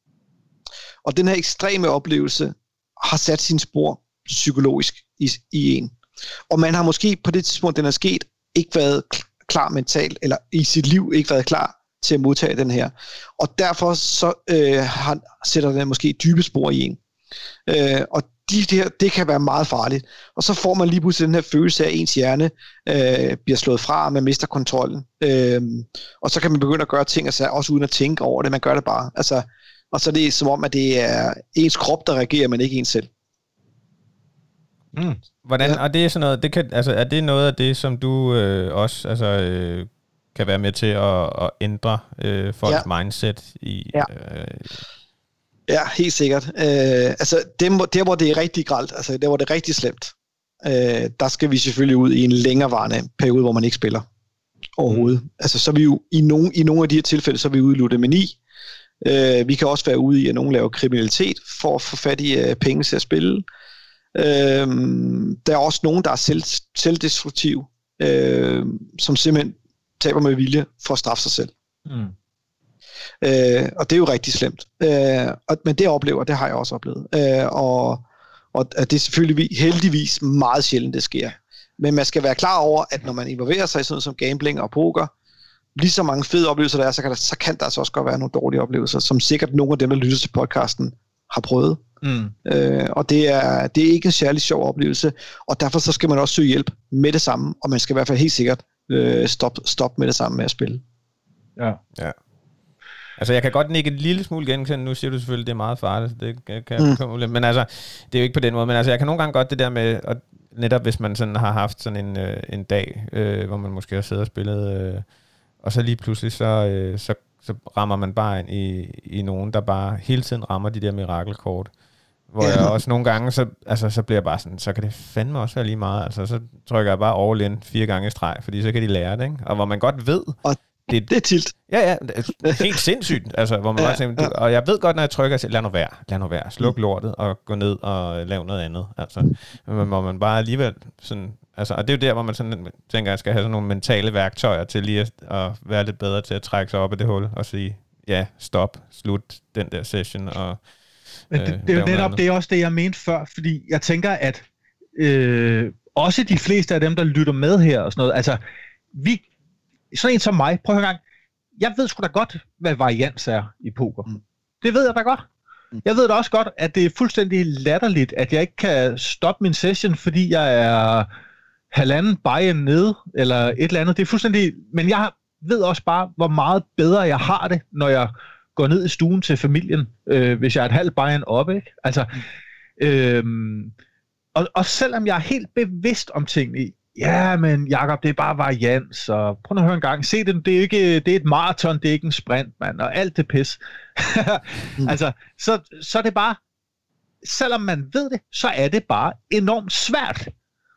Og den her ekstreme oplevelse har sat sin spor psykologisk i, i en. Og man har måske på det tidspunkt, den er sket, ikke været klar mentalt, eller i sit liv ikke været klar til at modtage den her. Og derfor så øh, han, sætter den måske dybe spor i en. Øh, og de der, det kan være meget farligt. Og så får man lige pludselig den her følelse af, at ens hjerne øh, bliver slået fra, og man mister kontrollen. Øh, og så kan man begynde at gøre ting, altså, også uden at tænke over det. Man gør det bare. Altså, og så er det som om, at det er ens krop, der reagerer, men ikke ens selv. Mm. Hvordan, ja. Og det er sådan noget, det kan, altså, er det noget af det, som du øh, også altså, øh, kan være med til at, at ændre øh, folks ja. mindset i? Ja. Øh, ja, helt sikkert. Øh, altså, dem, der hvor det er rigtig grelt, altså der hvor det er rigtig slemt, øh, der skal vi selvfølgelig ud i en længerevarende periode, hvor man ikke spiller overhovedet. Mm. Altså, så er vi jo i nogle, i nogle af de her tilfælde, så er vi ude i ludomani. Øh, vi kan også være ude i, at nogen laver kriminalitet for at få fat i øh, penge til at spille. Øhm, der er også nogen, der er selv, selvdestruktive, øh, som simpelthen taber med vilje for at straffe sig selv. Mm. Øh, og det er jo rigtig slemt. Øh, og, men det oplever, det har jeg også oplevet. Øh, og, og det er selvfølgelig heldigvis meget sjældent, det sker. Men man skal være klar over, at når man involverer sig i sådan noget som gambling og poker, lige så mange fede oplevelser der er, så kan der, så kan der altså også godt være nogle dårlige oplevelser, som sikkert nogle af dem, der lytter til podcasten, har prøvet. Mm. Øh, og det er, det er ikke en særlig sjov oplevelse, og derfor så skal man også søge hjælp med det samme, og man skal i hvert fald helt sikkert øh, stoppe stop med det samme med at spille. Ja. Ja. Altså, jeg kan godt nikke en lille smule genkende. Nu siger du selvfølgelig, det er meget farligt. Det kan jeg komme mm. Men altså, det er jo ikke på den måde. Men altså, jeg kan nogle gange godt det der med, at netop hvis man sådan har haft sådan en, øh, en dag, øh, hvor man måske har siddet og spillet, øh, og så lige pludselig, så, øh, så, så rammer man bare ind i, i nogen, der bare hele tiden rammer de der mirakelkort. Hvor jeg også nogle gange, så, altså, så bliver jeg bare sådan, så kan det fandme også være lige meget. Altså, så trykker jeg bare all in fire gange i streg, fordi så kan de lære det, ikke? Og hvor man godt ved... Og det, det er tilt. Ja, ja, det er helt sindssygt. Altså, hvor man ja, bare tænker, ja. Og jeg ved godt, når jeg trykker, så lad nu være, lad nu være. Sluk lortet og gå ned og lave noget andet. Altså, men hvor man bare alligevel sådan... Altså, og det er jo der, hvor man sådan, tænker, at jeg skal have sådan nogle mentale værktøjer til lige at, at være lidt bedre til at trække sig op af det hul og sige, ja, stop, slut den der session og... Men det, det er jo netop, det er også det, jeg mente før, fordi jeg tænker, at øh, også de fleste af dem, der lytter med her og sådan noget, altså, vi, sådan en som mig, prøv at høre en gang, jeg ved sgu da godt, hvad varians er i poker. Mm. Det ved jeg da godt. Mm. Jeg ved da også godt, at det er fuldstændig latterligt, at jeg ikke kan stoppe min session, fordi jeg er halvanden buy-in nede, eller et eller andet. Det er fuldstændig, men jeg ved også bare, hvor meget bedre jeg har det, når jeg går ned i stuen til familien, øh, hvis jeg er et halvt buy-in oppe, ikke? Altså, øh, og, og selvom jeg er helt bevidst om tingene, ja, men Jacob, det er bare varians, og prøv at høre en gang, se det, det er, ikke, det er et maraton, det er ikke en sprint, mand, og alt det pis. mm. Altså, så, så er det bare, selvom man ved det, så er det bare enormt svært.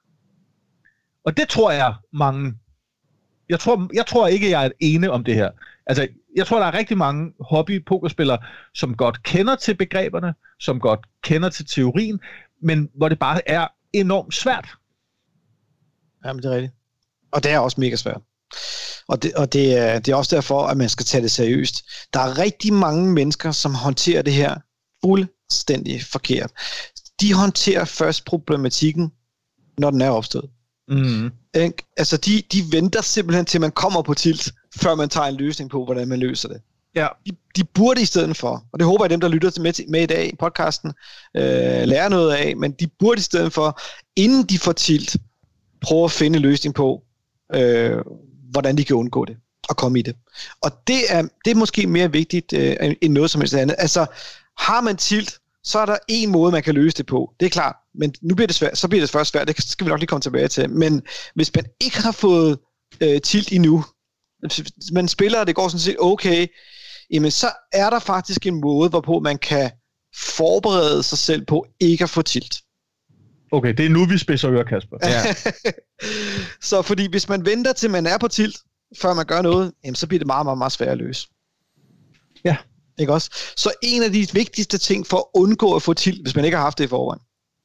Og det tror jeg mange, jeg tror, jeg tror ikke, jeg er ene om det her. Altså, jeg tror, der er rigtig mange hobby-pokerspillere, som godt kender til begreberne, som godt kender til teorien, men hvor det bare er enormt svært. Jamen, det er rigtigt. Og det er også mega svært. Og, det, og det, er, det er også derfor, at man skal tage det seriøst. Der er rigtig mange mennesker, som håndterer det her fuldstændig forkert. De håndterer først problematikken, når den er opstået. Mm. Altså, de, de venter simpelthen til, man kommer på tilt, før man tager en løsning på, hvordan man løser det. Ja. De, de burde i stedet for, og det håber jeg, dem, der lytter til med, med i dag i podcasten, øh, lærer noget af, men de burde i stedet for, inden de får tilt, prøve at finde en løsning på, øh, hvordan de kan undgå det, og komme i det. Og det er, det er måske mere vigtigt, øh, end noget som helst andet. Altså, har man tilt, så er der en måde, man kan løse det på. Det er klart, men nu bliver det svært, så bliver det først svært, det skal vi nok lige komme tilbage til. Men hvis man ikke har fået øh, tilt endnu, man spiller, og det går sådan set okay, jamen så er der faktisk en måde, hvorpå man kan forberede sig selv på ikke at få tilt. Okay, det er nu, vi spidser ører, Kasper. Ja. Så fordi hvis man venter til man er på tilt, før man gør noget, jamen, så bliver det meget, meget, meget svært at løse. Ja. Ikke også? Så en af de vigtigste ting for at undgå at få tilt, hvis man ikke har haft det i forvejen,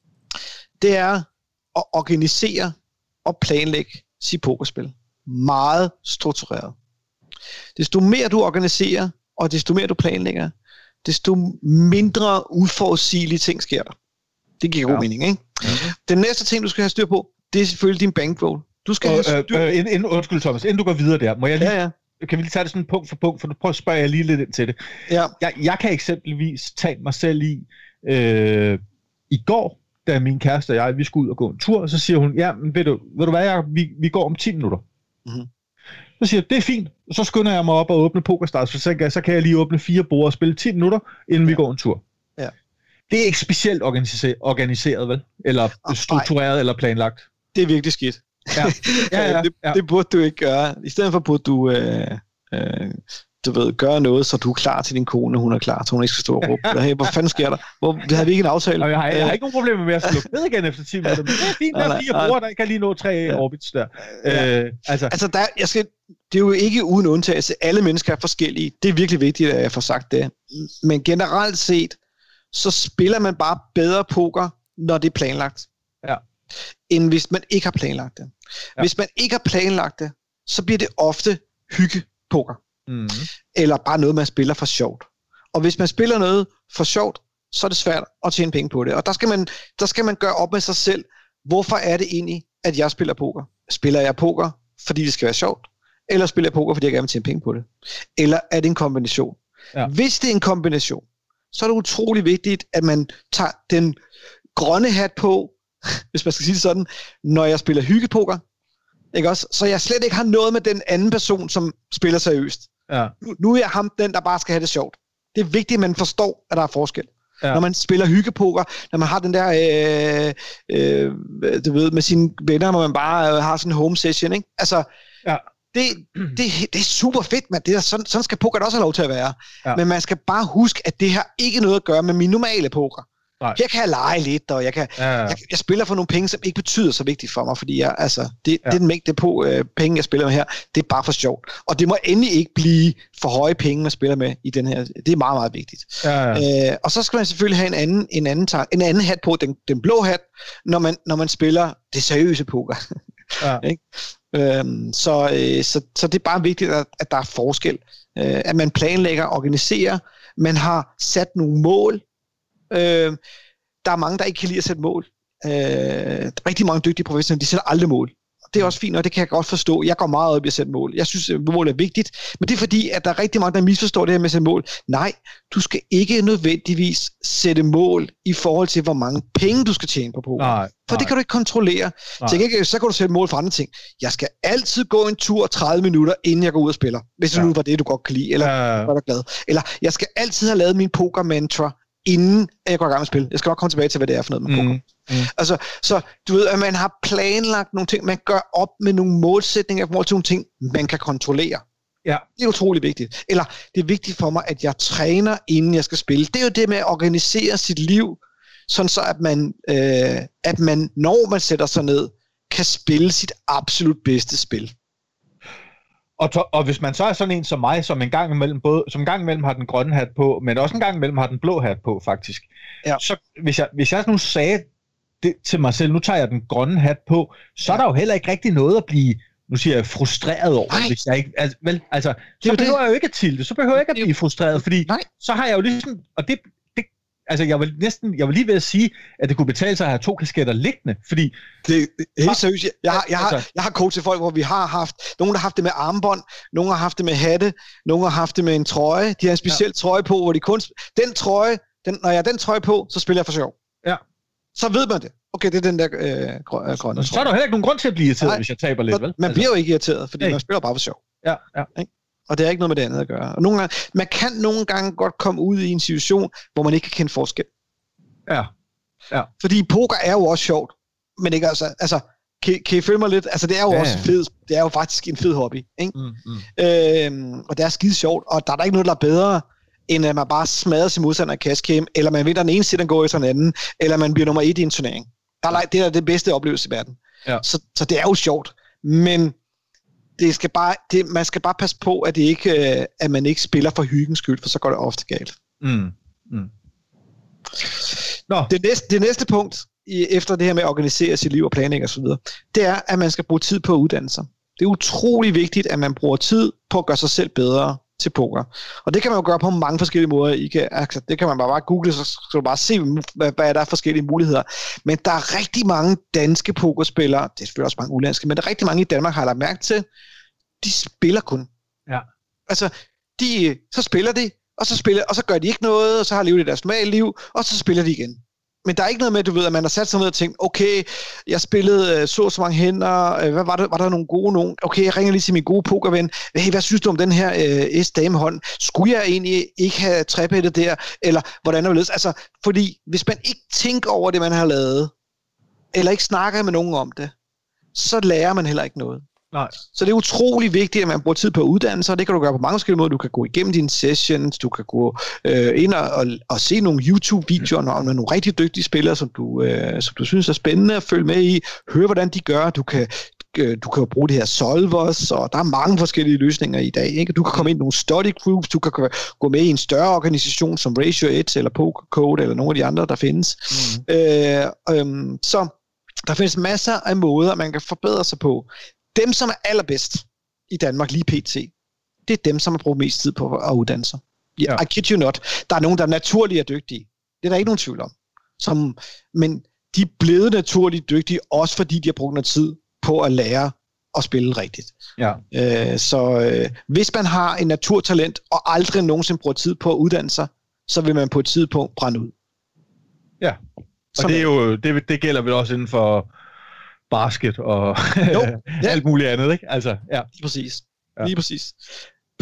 det er at organisere og planlægge sit pokerspil. Meget struktureret. Desto mere du organiserer, og desto mere du planlægger, desto mindre uforudsigelige ting sker der. Det giver god ja. mening, ikke? Mm-hmm. Den næste ting, du skal have styr på, det er selvfølgelig din bankroll. Du skal og, have styr... øh, øh, inden, undskyld, Thomas, inden du går videre der, må jeg lige... Ja, ja. Kan vi lige tage det sådan punkt for punkt, for du prøver at spørge jeg lige lidt ind til det. Ja. Jeg, jeg kan eksempelvis tage mig selv i, øh, i går, da min kæreste og jeg, vi skulle ud og gå en tur, og så siger hun, ja, men ved du, ved du hvad, jeg, vi, vi går om ti minutter. Mm-hmm. Så siger jeg, det er fint. Så skynder jeg mig op og åbne PokerStars, så, så, så kan jeg lige åbne fire bord og spille ti minutter, inden ja. vi går en tur. Ja. Det er ikke specielt organiseret, organiseret vel? Eller oh, struktureret, nej. Eller planlagt. Det er virkelig skidt. Ja. Ja, ja, det, ja. det burde du ikke gøre. I stedet for burde du, øh, øh, du ved, gøre noget, så du er klar til din kone, hun er klar, så hun ikke skal stå og råbe. Hey, hvor fanden sker der? Hvor, det havde vi ikke en aftale. Jeg har, jeg har ikke nogen problemer med at slukke ned igen efter ti minutter, men det er fint, der er fire bruger, der kan lige nå tre ja. orbits der. Ja. Øh, altså, altså der, jeg skal, det er jo ikke uden undtagelse. Alle mennesker er forskellige. Det er virkelig vigtigt, at jeg får sagt det. Men generelt set, så spiller man bare bedre poker, når det er planlagt. Ja. End hvis man ikke har planlagt det. Ja. Hvis man ikke har planlagt det, så bliver det ofte hyggepoker. Mm. Eller bare noget, man spiller for sjovt. Og hvis man spiller noget for sjovt, så er det svært at tjene penge på det. Og der skal man, der skal man gøre op med sig selv, hvorfor er det egentlig, at jeg spiller poker? Spiller jeg poker, fordi det skal være sjovt? Eller spiller jeg poker, fordi jeg gerne vil tjene penge på det? Eller er det en kombination? Ja. Hvis det er en kombination, så er det utrolig vigtigt, at man tager den grønne hat på, hvis man skal sige det sådan, når jeg spiller hyggepoker, ikke også? Så jeg slet ikke har noget med den anden person, som spiller seriøst. Ja. Nu, nu er jeg ham, den, der bare skal have det sjovt. Det er vigtigt, at man forstår, at der er forskel. Ja. Når man spiller hyggepoker, når man har den der, øh, øh, du ved, med sine venner, hvor man bare øh, har sådan en home session, ikke? Altså, ja. det, det, det er super fedt, man. Det er, sådan, sådan skal poker også have lov til at være. Ja. Men man skal bare huske, at det har ikke noget at gøre med min normale poker. Nej. Her kan jeg lege lidt, og jeg, kan, ja, ja. Jeg, jeg spiller for nogle penge, som ikke betyder så vigtigt for mig, fordi jeg, altså, det, ja. det er den mængde på øh, penge, jeg spiller med her, det er bare for sjovt. Og det må endelig ikke blive for høje penge, man spiller med i den her. Det er meget, meget vigtigt. Ja, ja. Øh, og så skal man selvfølgelig have en anden, en anden, tang, en anden hat på, den, den blå hat, når man, når man spiller det seriøse poker. Ja. øhm, så, øh, så, så det er bare vigtigt, at, at der er forskel. Øh, at man planlægger, organiserer, man har sat nogle mål. Øh, der er mange, der ikke kan lide at sætte mål. Øh, rigtig mange dygtige professionelle, de sætter aldrig mål. Det er også fint, og det kan jeg godt forstå. Jeg går meget op i at sætte mål. Jeg synes, at mål er vigtigt, men det er fordi, at der er rigtig mange, der misforstår det her med at sætte mål. Nej, du skal ikke nødvendigvis sætte mål i forhold til, hvor mange penge du skal tjene på poker. Nej, for nej. Det kan du ikke kontrollere. Så, ikke, så kan du sætte mål for andre ting. Jeg skal altid gå en tur tredive minutter, inden jeg går ud og spiller. Hvis ja. det nu var det, du godt kan lide, eller ja. var du glad. Eller jeg skal altid have lavet min poker-mantra, inden jeg går i gang med spil. Jeg skal nok komme tilbage til, hvad det er for noget med poker. Mm. Mm. Altså, så du ved, at man har planlagt nogle ting, man gør op med nogle målsætninger i forhold til nogle ting, man kan kontrollere. Ja. Det er utrolig vigtigt. Eller det er vigtigt for mig, at jeg træner, inden jeg skal spille. Det er jo det med at organisere sit liv, sådan så at man, øh, at man, når man sætter sig ned, kan spille sit absolut bedste spil. Og, to, og hvis man så er sådan en som mig, som en gang imellem, både, som en gang imellem har den grønne hat på, men også en gang imellem har den blå hat på, faktisk. Ja. Så hvis jeg, hvis jeg nu sagde det til mig selv, nu tager jeg den grønne hat på, så ja. er der jo heller ikke rigtig noget at blive, nu siger jeg, frustreret over. Nej. Hvis jeg ikke, altså, vel, altså, så det behøver det. jeg jo ikke at tilte, så behøver jeg ikke at blive frustreret, fordi Nej. så har jeg jo ligesom, og det, det altså jeg vil næsten, jeg vil lige ved at sige, at det kunne betale sig at have to kasketter liggende, fordi... Det er helt seriøst. Jeg har, jeg har, jeg har coachet folk, hvor vi har haft, nogen har haft det med armbånd, nogen har haft det med hatte, nogen har haft det med en trøje, de har en speciel ja. trøje på, hvor de kun, den trøje, den, når jeg har den trøje på, så spiller jeg for sjov. Ja. Så ved man det. Okay, det er den der øh, grønne trøje. Så er der heller ikke nogen grund til at blive irriteret, Nej, hvis jeg taber lidt, vel? Man altså. bliver jo ikke irriteret, fordi hey. man spiller bare for sjov. Ja, ja. Ikke? Og det er ikke noget med det andet at gøre. Og nogle gange, man kan nogle gange godt komme ud i en situation, hvor man ikke kan kende forskel. Ja. Ja. Fordi poker er jo også sjovt, men ikke altså, altså kan, kan I følge mig lidt? Altså det er jo ja, også fed, det er jo faktisk en fed hobby, ikke? Mm, mm. Øhm, og det er skide sjovt, og der er der ikke noget, der er bedre, end at man bare smadrer sin modstander i cash game, eller man vinder den ene side, den går efter den anden, eller man bliver nummer et i en turnering. Der er, det er det bedste oplevelse i verden. Ja. Så, så det er jo sjovt, men det skal bare, det, man skal bare passe på, at, det ikke, at man ikke spiller for hyggens skyld, for så går det ofte galt. Mm, mm. Nå. Det, næste, det næste punkt, i, efter det her med at organisere sit liv og planlægge osv., det er, at man skal bruge tid på at uddanne sig. Det er utrolig vigtigt, at man bruger tid på at gøre sig selv bedre til poker. Og det kan man jo gøre på mange forskellige måder. I kan, altså, det kan man bare, bare google, så skal du bare se, hvad, hvad der er forskellige muligheder. Men der er rigtig mange danske pokerspillere, det er selvfølgelig også mange udenlandske, men der er rigtig mange i Danmark, har lagt mærke til, de spiller kun. Ja. Altså, de, så spiller de, og så, spiller, og så gør de ikke noget, og så har de levet deres normale liv, og så spiller de igen. Men der er ikke noget med, du ved, at man har sat sig ned og tænkt, okay, jeg spillede så så mange hænder, hvad var der, var der nogle gode nogen? Okay, jeg ringer lige til min gode pokerven. Hey, hvad synes du om den her øh, S-damehånd? Skulle jeg egentlig ikke have trebettet der? Eller hvordan er det? Altså, fordi hvis man ikke tænker over det, man har lavet, eller ikke snakker med nogen om det, så lærer man heller ikke noget. Nej. Så det er utrolig vigtigt, at man bruger tid på at uddanne sig, og det kan du gøre på mange forskellige måder. Du kan gå igennem dine sessions, du kan gå øh, ind og, og, og se nogle YouTube-videoer om nogle rigtig dygtige spillere, som du, øh, som du synes er spændende at følge med i, høre hvordan de gør. Du kan, øh, du kan jo bruge det her Solvers, og der er mange forskellige løsninger i dag. Ikke? Du kan komme ind i nogle study groups, du kan gå med i en større organisation som Ratio et eller Poker Code eller nogle af de andre, der findes. Mm. Øh, øh, så der findes masser af måder, man kan forbedre sig på. Dem, som er allerbedst i Danmark lige pt., det er dem, som har brugt mest tid på at uddanne sig. Yeah, I kid you not. Der er nogen, der er naturligt er dygtige. Det er der ikke nogen tvivl om. Som, men de er blevet naturligt dygtige, også fordi de har brugt noget tid på at lære at spille rigtigt. Ja. Øh, så øh, hvis man har en naturtalent, og aldrig nogensinde bruger tid på at uddanne sig, så vil man på et tidspunkt brænde ud. Ja, og som det, er jo, det, det gælder vel også inden for basket og jo, ja. alt muligt andet, ikke? Altså, ja. Lige præcis. Ja. Lige præcis.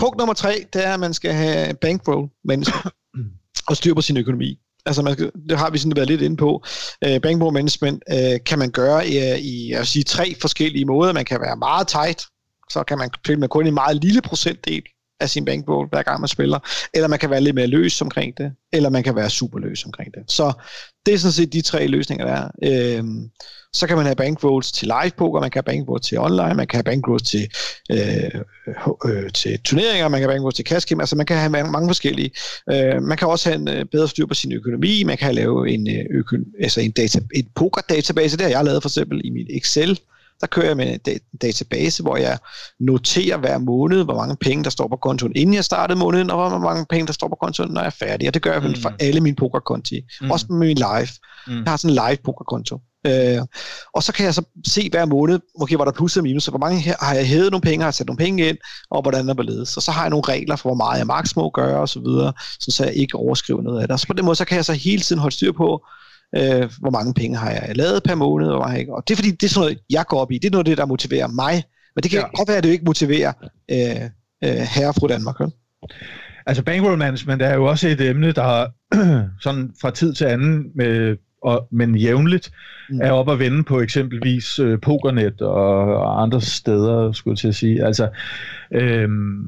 punkt nummer tre, det er, at man skal have bankroll management og styr på sin økonomi. Altså, man skal, det har vi sådan været lidt inde på. Uh, bankroll management uh, kan man gøre i, i jeg vil sige, tre forskellige måder. Man kan være meget tight, så kan man spille med kun en meget lille procentdel af sin bankroll, hver gang man spiller. Eller man kan være lidt mere løs omkring det, eller man kan være super løs omkring det. Så det er sådan set de tre løsninger, der er. Øhm, så kan man have bankrolls til live poker, man kan have bankrolls til online, man kan have bankrolls til, øh, øh, til turneringer, man kan have bankrolls til cash game, altså man kan have mange, mange forskellige. Øh, man kan også have en øh, bedre styr på sin økonomi, man kan have lave en, øh, øko- altså en, data, en poker-database, det har jeg lavet for eksempel i mit Excel. Der kører jeg med en database, hvor jeg noterer hver måned, hvor mange penge, der står på kontoen, inden jeg startede måneden, og hvor mange penge, der står på kontoen, når jeg er færdig. Og det gør jeg vel mm. for alle mine pokerkonti. Mm. Også med min live. Mm. Jeg har sådan en live pokerkonto. Øh, og så kan jeg så se hver måned, okay, hvor der plus og minus, hvor mange her, har jeg hævet nogle penge, har jeg sat nogle penge ind, og hvordan der beledes. Og så har jeg nogle regler for, hvor meget jeg maks må gøre, og så videre, så jeg ikke overskriver noget af det. Og så på den måde, så kan jeg så hele tiden holde styr på, Øh, hvor mange penge har jeg lavet per måned, og, hvad jeg, og det er fordi, det er sådan noget, jeg går op i. Det er noget af det, der motiverer mig. Men det kan ja. godt være, at det ikke motiverer øh, øh, herre og fru Danmark. Ja? Altså bankroll management er jo også et emne, der sådan fra tid til anden, med, og, men jævnligt, mm. er op at vende på eksempelvis øh, Pokernet og, og andre steder, skulle jeg til at sige. Altså, øh,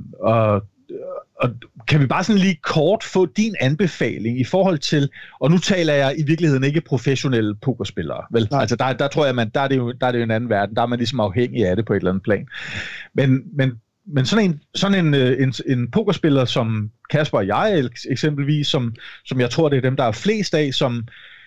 og Og kan vi bare sådan lige kort få din anbefaling i forhold til, og nu taler jeg i virkeligheden ikke professionelle pokerspillere, vel? Nej. Altså der, der tror jeg, man, der, er det jo, der er det jo en anden verden, der er man ligesom afhængig af det på et eller andet plan. Men, men, men sådan, en, sådan en, en, en pokerspiller som Kasper og jeg eksempelvis, som, som jeg tror, det er dem, der er flest af, som,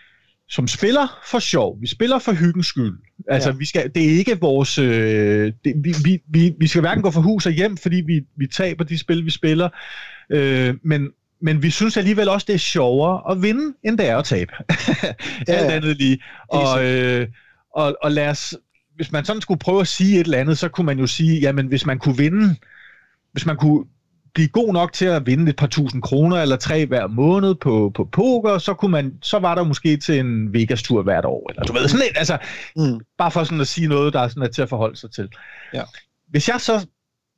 som spiller for sjov. Vi spiller for hyggens skyld. Altså, ja. vi skal, det er ikke vores... Øh, det, vi, vi, vi, vi skal hverken gå fra hus og hjem, fordi vi, vi taber de spil, vi spiller. Øh, men, men vi synes alligevel også, det er sjovere at vinde, end det er at tabe. Ja, alt andet lige. Og, øh, og, og lad os... Hvis man sådan skulle prøve at sige et eller andet, så kunne man jo sige, jamen, hvis man kunne vinde... Hvis man kunne blive god nok til at vinde et par tusind kroner eller tre hver måned på, på poker, så, kunne man, så var der måske til en Vegas-tur hvert år. Eller du ved, sådan lidt, altså, mm. bare for sådan at sige noget, der er sådan er til at forholde sig til. Ja. Hvis jeg så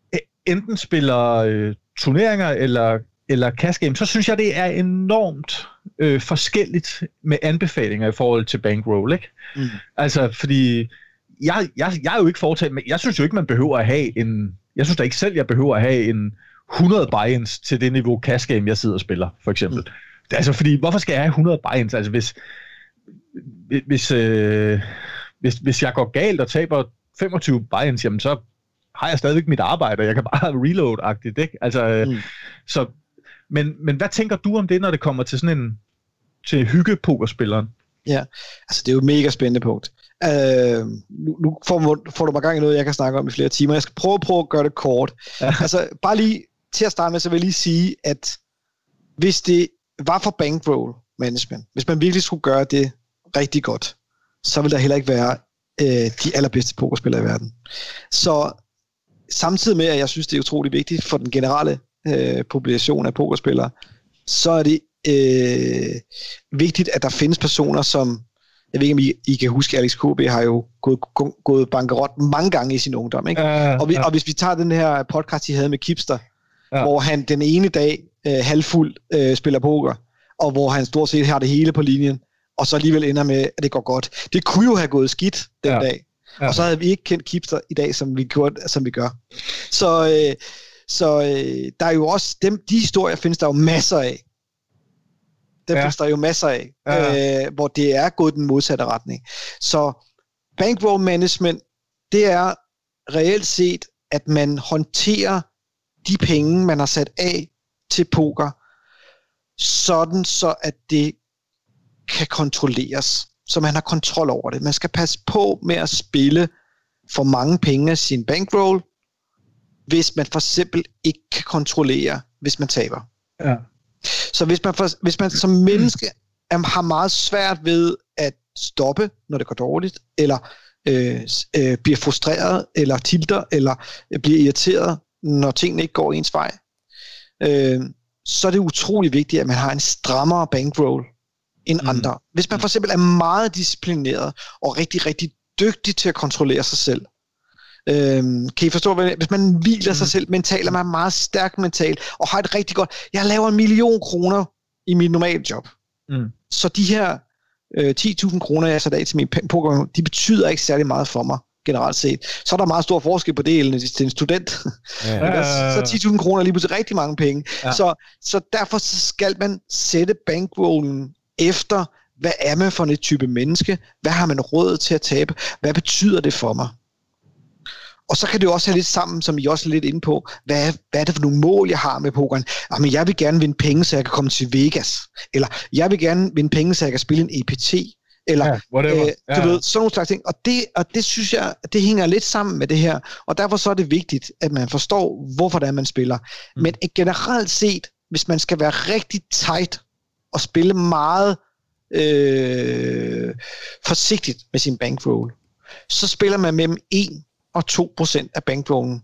enten spiller øh, turneringer eller, eller cash game, så synes jeg, det er enormt øh, forskelligt med anbefalinger i forhold til bankroll, ikke? Mm. Altså, fordi jeg, jeg, jeg er jo ikke fortalt, men jeg synes jo ikke, man behøver at have en... Jeg synes da ikke selv, jeg behøver at have en hundrede buy-ins til det niveau cash game, jeg sidder og spiller, for eksempel. Mm. Det er altså, fordi, hvorfor skal jeg have hundrede buy-ins? Altså, hvis, hvis, øh, hvis, hvis jeg går galt og taber femogtyve buy-ins, jamen, så har jeg stadigvæk mit arbejde, og jeg kan bare reload-agtigt, ikke? Altså, mm. så, men, men hvad tænker du om det, når det kommer til sådan en til hygge-pokerspilleren? Ja, altså det er jo et mega spændende punkt. Uh, nu nu får, får du mig gang i noget, jeg kan snakke om i flere timer. Jeg skal prøve, prøve at gøre det kort. Ja. Altså bare lige til at starte med, så vil jeg lige sige, at hvis det var for bankroll management, hvis man virkelig skulle gøre det rigtig godt, så vil der heller ikke være uh, de allerbedste pokerspillere i verden. Så samtidig med, at jeg synes, det er utrolig vigtigt for den generelle uh, population af pokerspillere, så er det uh, vigtigt, at der findes personer, som jeg ved ikke, om I, I kan huske, Alex K B har jo gået, gået bankerot mange gange i sin ungdom. Ikke? Uh, og, vi, uh. og hvis vi tager den her podcast, I havde med Kipster, uh. hvor han den ene dag øh, halvfuld øh, spiller poker, og hvor han stort set har det hele på linjen, og så alligevel ender med, at det går godt. Det kunne jo have gået skidt den uh. dag. Uh. Og så havde vi ikke kendt Kipster i dag, som vi, gjorde, som vi gør. Så, øh, så øh, der er jo også, dem, de historier findes der jo masser af. Det ja. findes der jo masser af, ja. øh, hvor det er gået den modsatte retning. Så bankroll management, det er reelt set, at man håndterer de penge, man har sat af til poker, sådan så, at det kan kontrolleres. Så man har kontrol over det. Man skal passe på med at spille for mange penge af sin bankroll, hvis man for eksempel ikke kan kontrollere, hvis man taber. Ja. Så hvis man, for, hvis man som menneske har meget svært ved at stoppe, når det går dårligt, eller øh, øh, bliver frustreret, eller tilter, eller øh, bliver irriteret, når tingene ikke går ens vej, øh, så er det utrolig vigtigt, at man har en strammere bankroll end mm. andre. Hvis man for eksempel er meget disciplineret og rigtig, rigtig dygtig til at kontrollere sig selv, Øhm, kan I forstå, hvad, hvis man hviler mm. sig selv mentalt, og man er meget stærk mentalt, og har et rigtig godt, jeg laver en million kroner i mit normale job. Mm. Så de her øh, ti tusind kroner, jeg satte af til min poker, de betyder ikke særlig meget for mig, generelt set. Så er der meget stor forskel på det til en student. Ja. Så ti tusind kroner er lige pludselig rigtig mange penge. Ja. Så, så derfor skal man sætte bankrollen efter, hvad er man for et type menneske? Hvad har man råd til at tabe? Hvad betyder det for mig? Og så kan det jo også have lidt sammen, som I også er lidt inde på, hvad er, hvad er det for nogle mål, jeg har med pokeren? Jamen, jeg vil gerne vinde penge, så jeg kan komme til Vegas. Eller, jeg vil gerne vinde penge, så jeg kan spille en E P T. Eller, ja, whatever. Øh, du ja. ved, sådan nogle slags ting. Og det, og det synes jeg, det hænger lidt sammen med det her. Og derfor så er det vigtigt, at man forstår, hvorfor det er, man spiller. Mm. Men generelt set, hvis man skal være rigtig tight og spille meget øh, forsigtigt med sin bankroll, så spiller man mellem en og to procent af bankrollen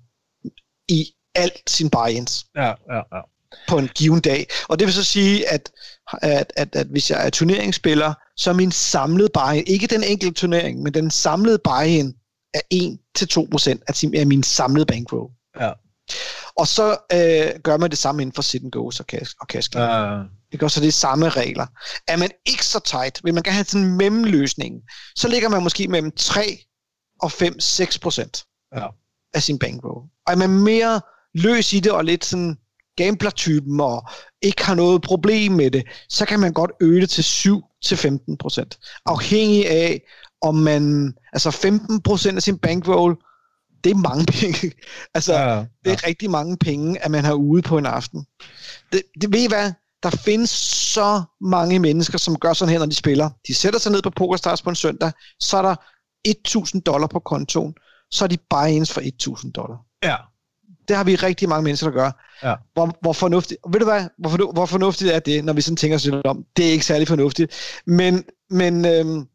i alt sin buy-ins ja, ja, ja. på en given dag. Og det vil så sige, at, at, at, at hvis jeg er turneringsspiller, så er min samlede buy-in, ikke den enkelte turnering, men den samlede buy-in er en til to procent af min samlede bankroll. Ja. Og så øh, gør man det samme inden for sit and goes og cash, og cash game. Uh. Det gør så det samme regler. Er man ikke så tight, vil man gerne have sådan en mellemløsning, så ligger man måske mellem tre og fem til seks procent ja. af sin bankroll. Og er man mere løs i det, og lidt sådan gambler-typen, og ikke har noget problem med det, så kan man godt øge det til syv til femten procent. Afhængig af, om man, altså femten procent af sin bankroll, det er mange penge. altså, ja, ja. det er rigtig mange penge, at man har ude på en aften. Det, det ved I hvad? Der findes så mange mennesker, som gør sådan her, når de spiller. De sætter sig ned på PokerStars på en søndag, så er der tusind dollar på kontoen, så er de buy-ins for tusind dollar. Ja. Det har vi rigtig mange mennesker, der gør. Ja. Hvor, hvor fornuftigt, ved du hvad, hvor, hvor fornuftigt er det, når vi sådan tænker os lidt om? Det er ikke særlig fornuftigt. Men, men øhm,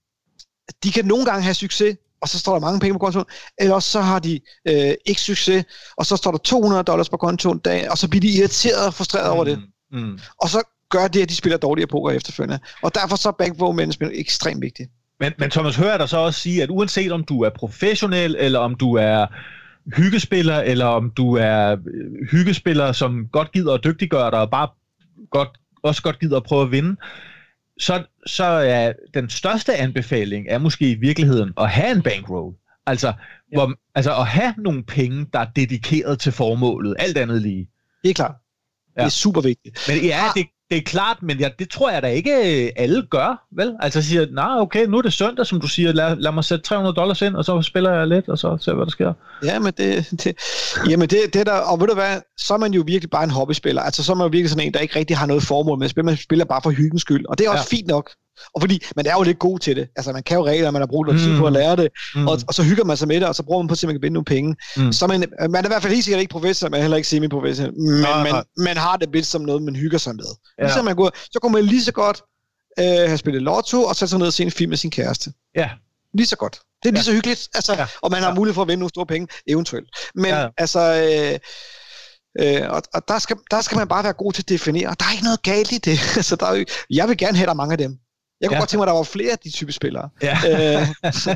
de kan nogle gange have succes, og så står der mange penge på kontoen, eller også så har de øh, ikke succes, og så står der to hundrede dollars på kontoen, og så bliver de irriteret og frustreret mm. over det. Mm. Og så gør det, at de spiller dårligere poker efterfølgende. Og derfor så er bankroll management ekstremt vigtigt. Men, men Thomas, hører jeg dig så også sige, at uanset om du er professionel, eller om du er hyggespiller, eller om du er hyggespiller, som godt gider at dygtiggøre dig, og bare godt, også godt gider at prøve at vinde, så, så er den største anbefaling er måske i virkeligheden at have en bankroll. Altså, ja. hvor, altså at have nogle penge, der er dedikeret til formålet, alt andet lige. Det er klart. Ja. Det er super vigtigt. Men ja, det Det er klart, men ja, det tror jeg da ikke alle gør, vel? Altså siger, nej, okay, nu er det søndag, som du siger, lad, lad mig sætte tre hundrede dollars ind, og så spiller jeg lidt, og så ser hvad der sker. Ja, men det, det, jamen det, det der, og ved du hvad, så er man jo virkelig bare en hobbyspiller. Altså så er man jo virkelig sådan en, der ikke rigtig har noget formål med at spille, man spiller bare for hyggens skyld, og det er også ja. fint nok. Og fordi man er jo lidt god til det. Altså man kan jo regler, man har brugt noget mm. tid på at lære det, mm. og, og så hygger man sig med det, og så bruger man på at se, at man kan vinde nogle penge. Mm. Så man, man er i hvert fald helt sikkert ikke professor, men heller ikke semi-professor, men ja, man, man har det lidt som noget, man hygger sig med. Ja. Så, man går, så kunne man lige så godt øh, have spillet lotto, og sætte sig ned og se en film med sin kæreste. Ja. Lige så godt. Det er lige ja. så hyggeligt, altså, ja. og man har ja. mulighed for at vinde nogle store penge, eventuelt. Men ja. altså... Øh, Øh, og og der, skal, der skal man bare være god til at definere, og der er ikke noget galt i det. altså, der er jo, jeg vil gerne have der mange af dem. Jeg kunne ja. godt tænke mig, at der var flere af de type spillere. Ja, øh,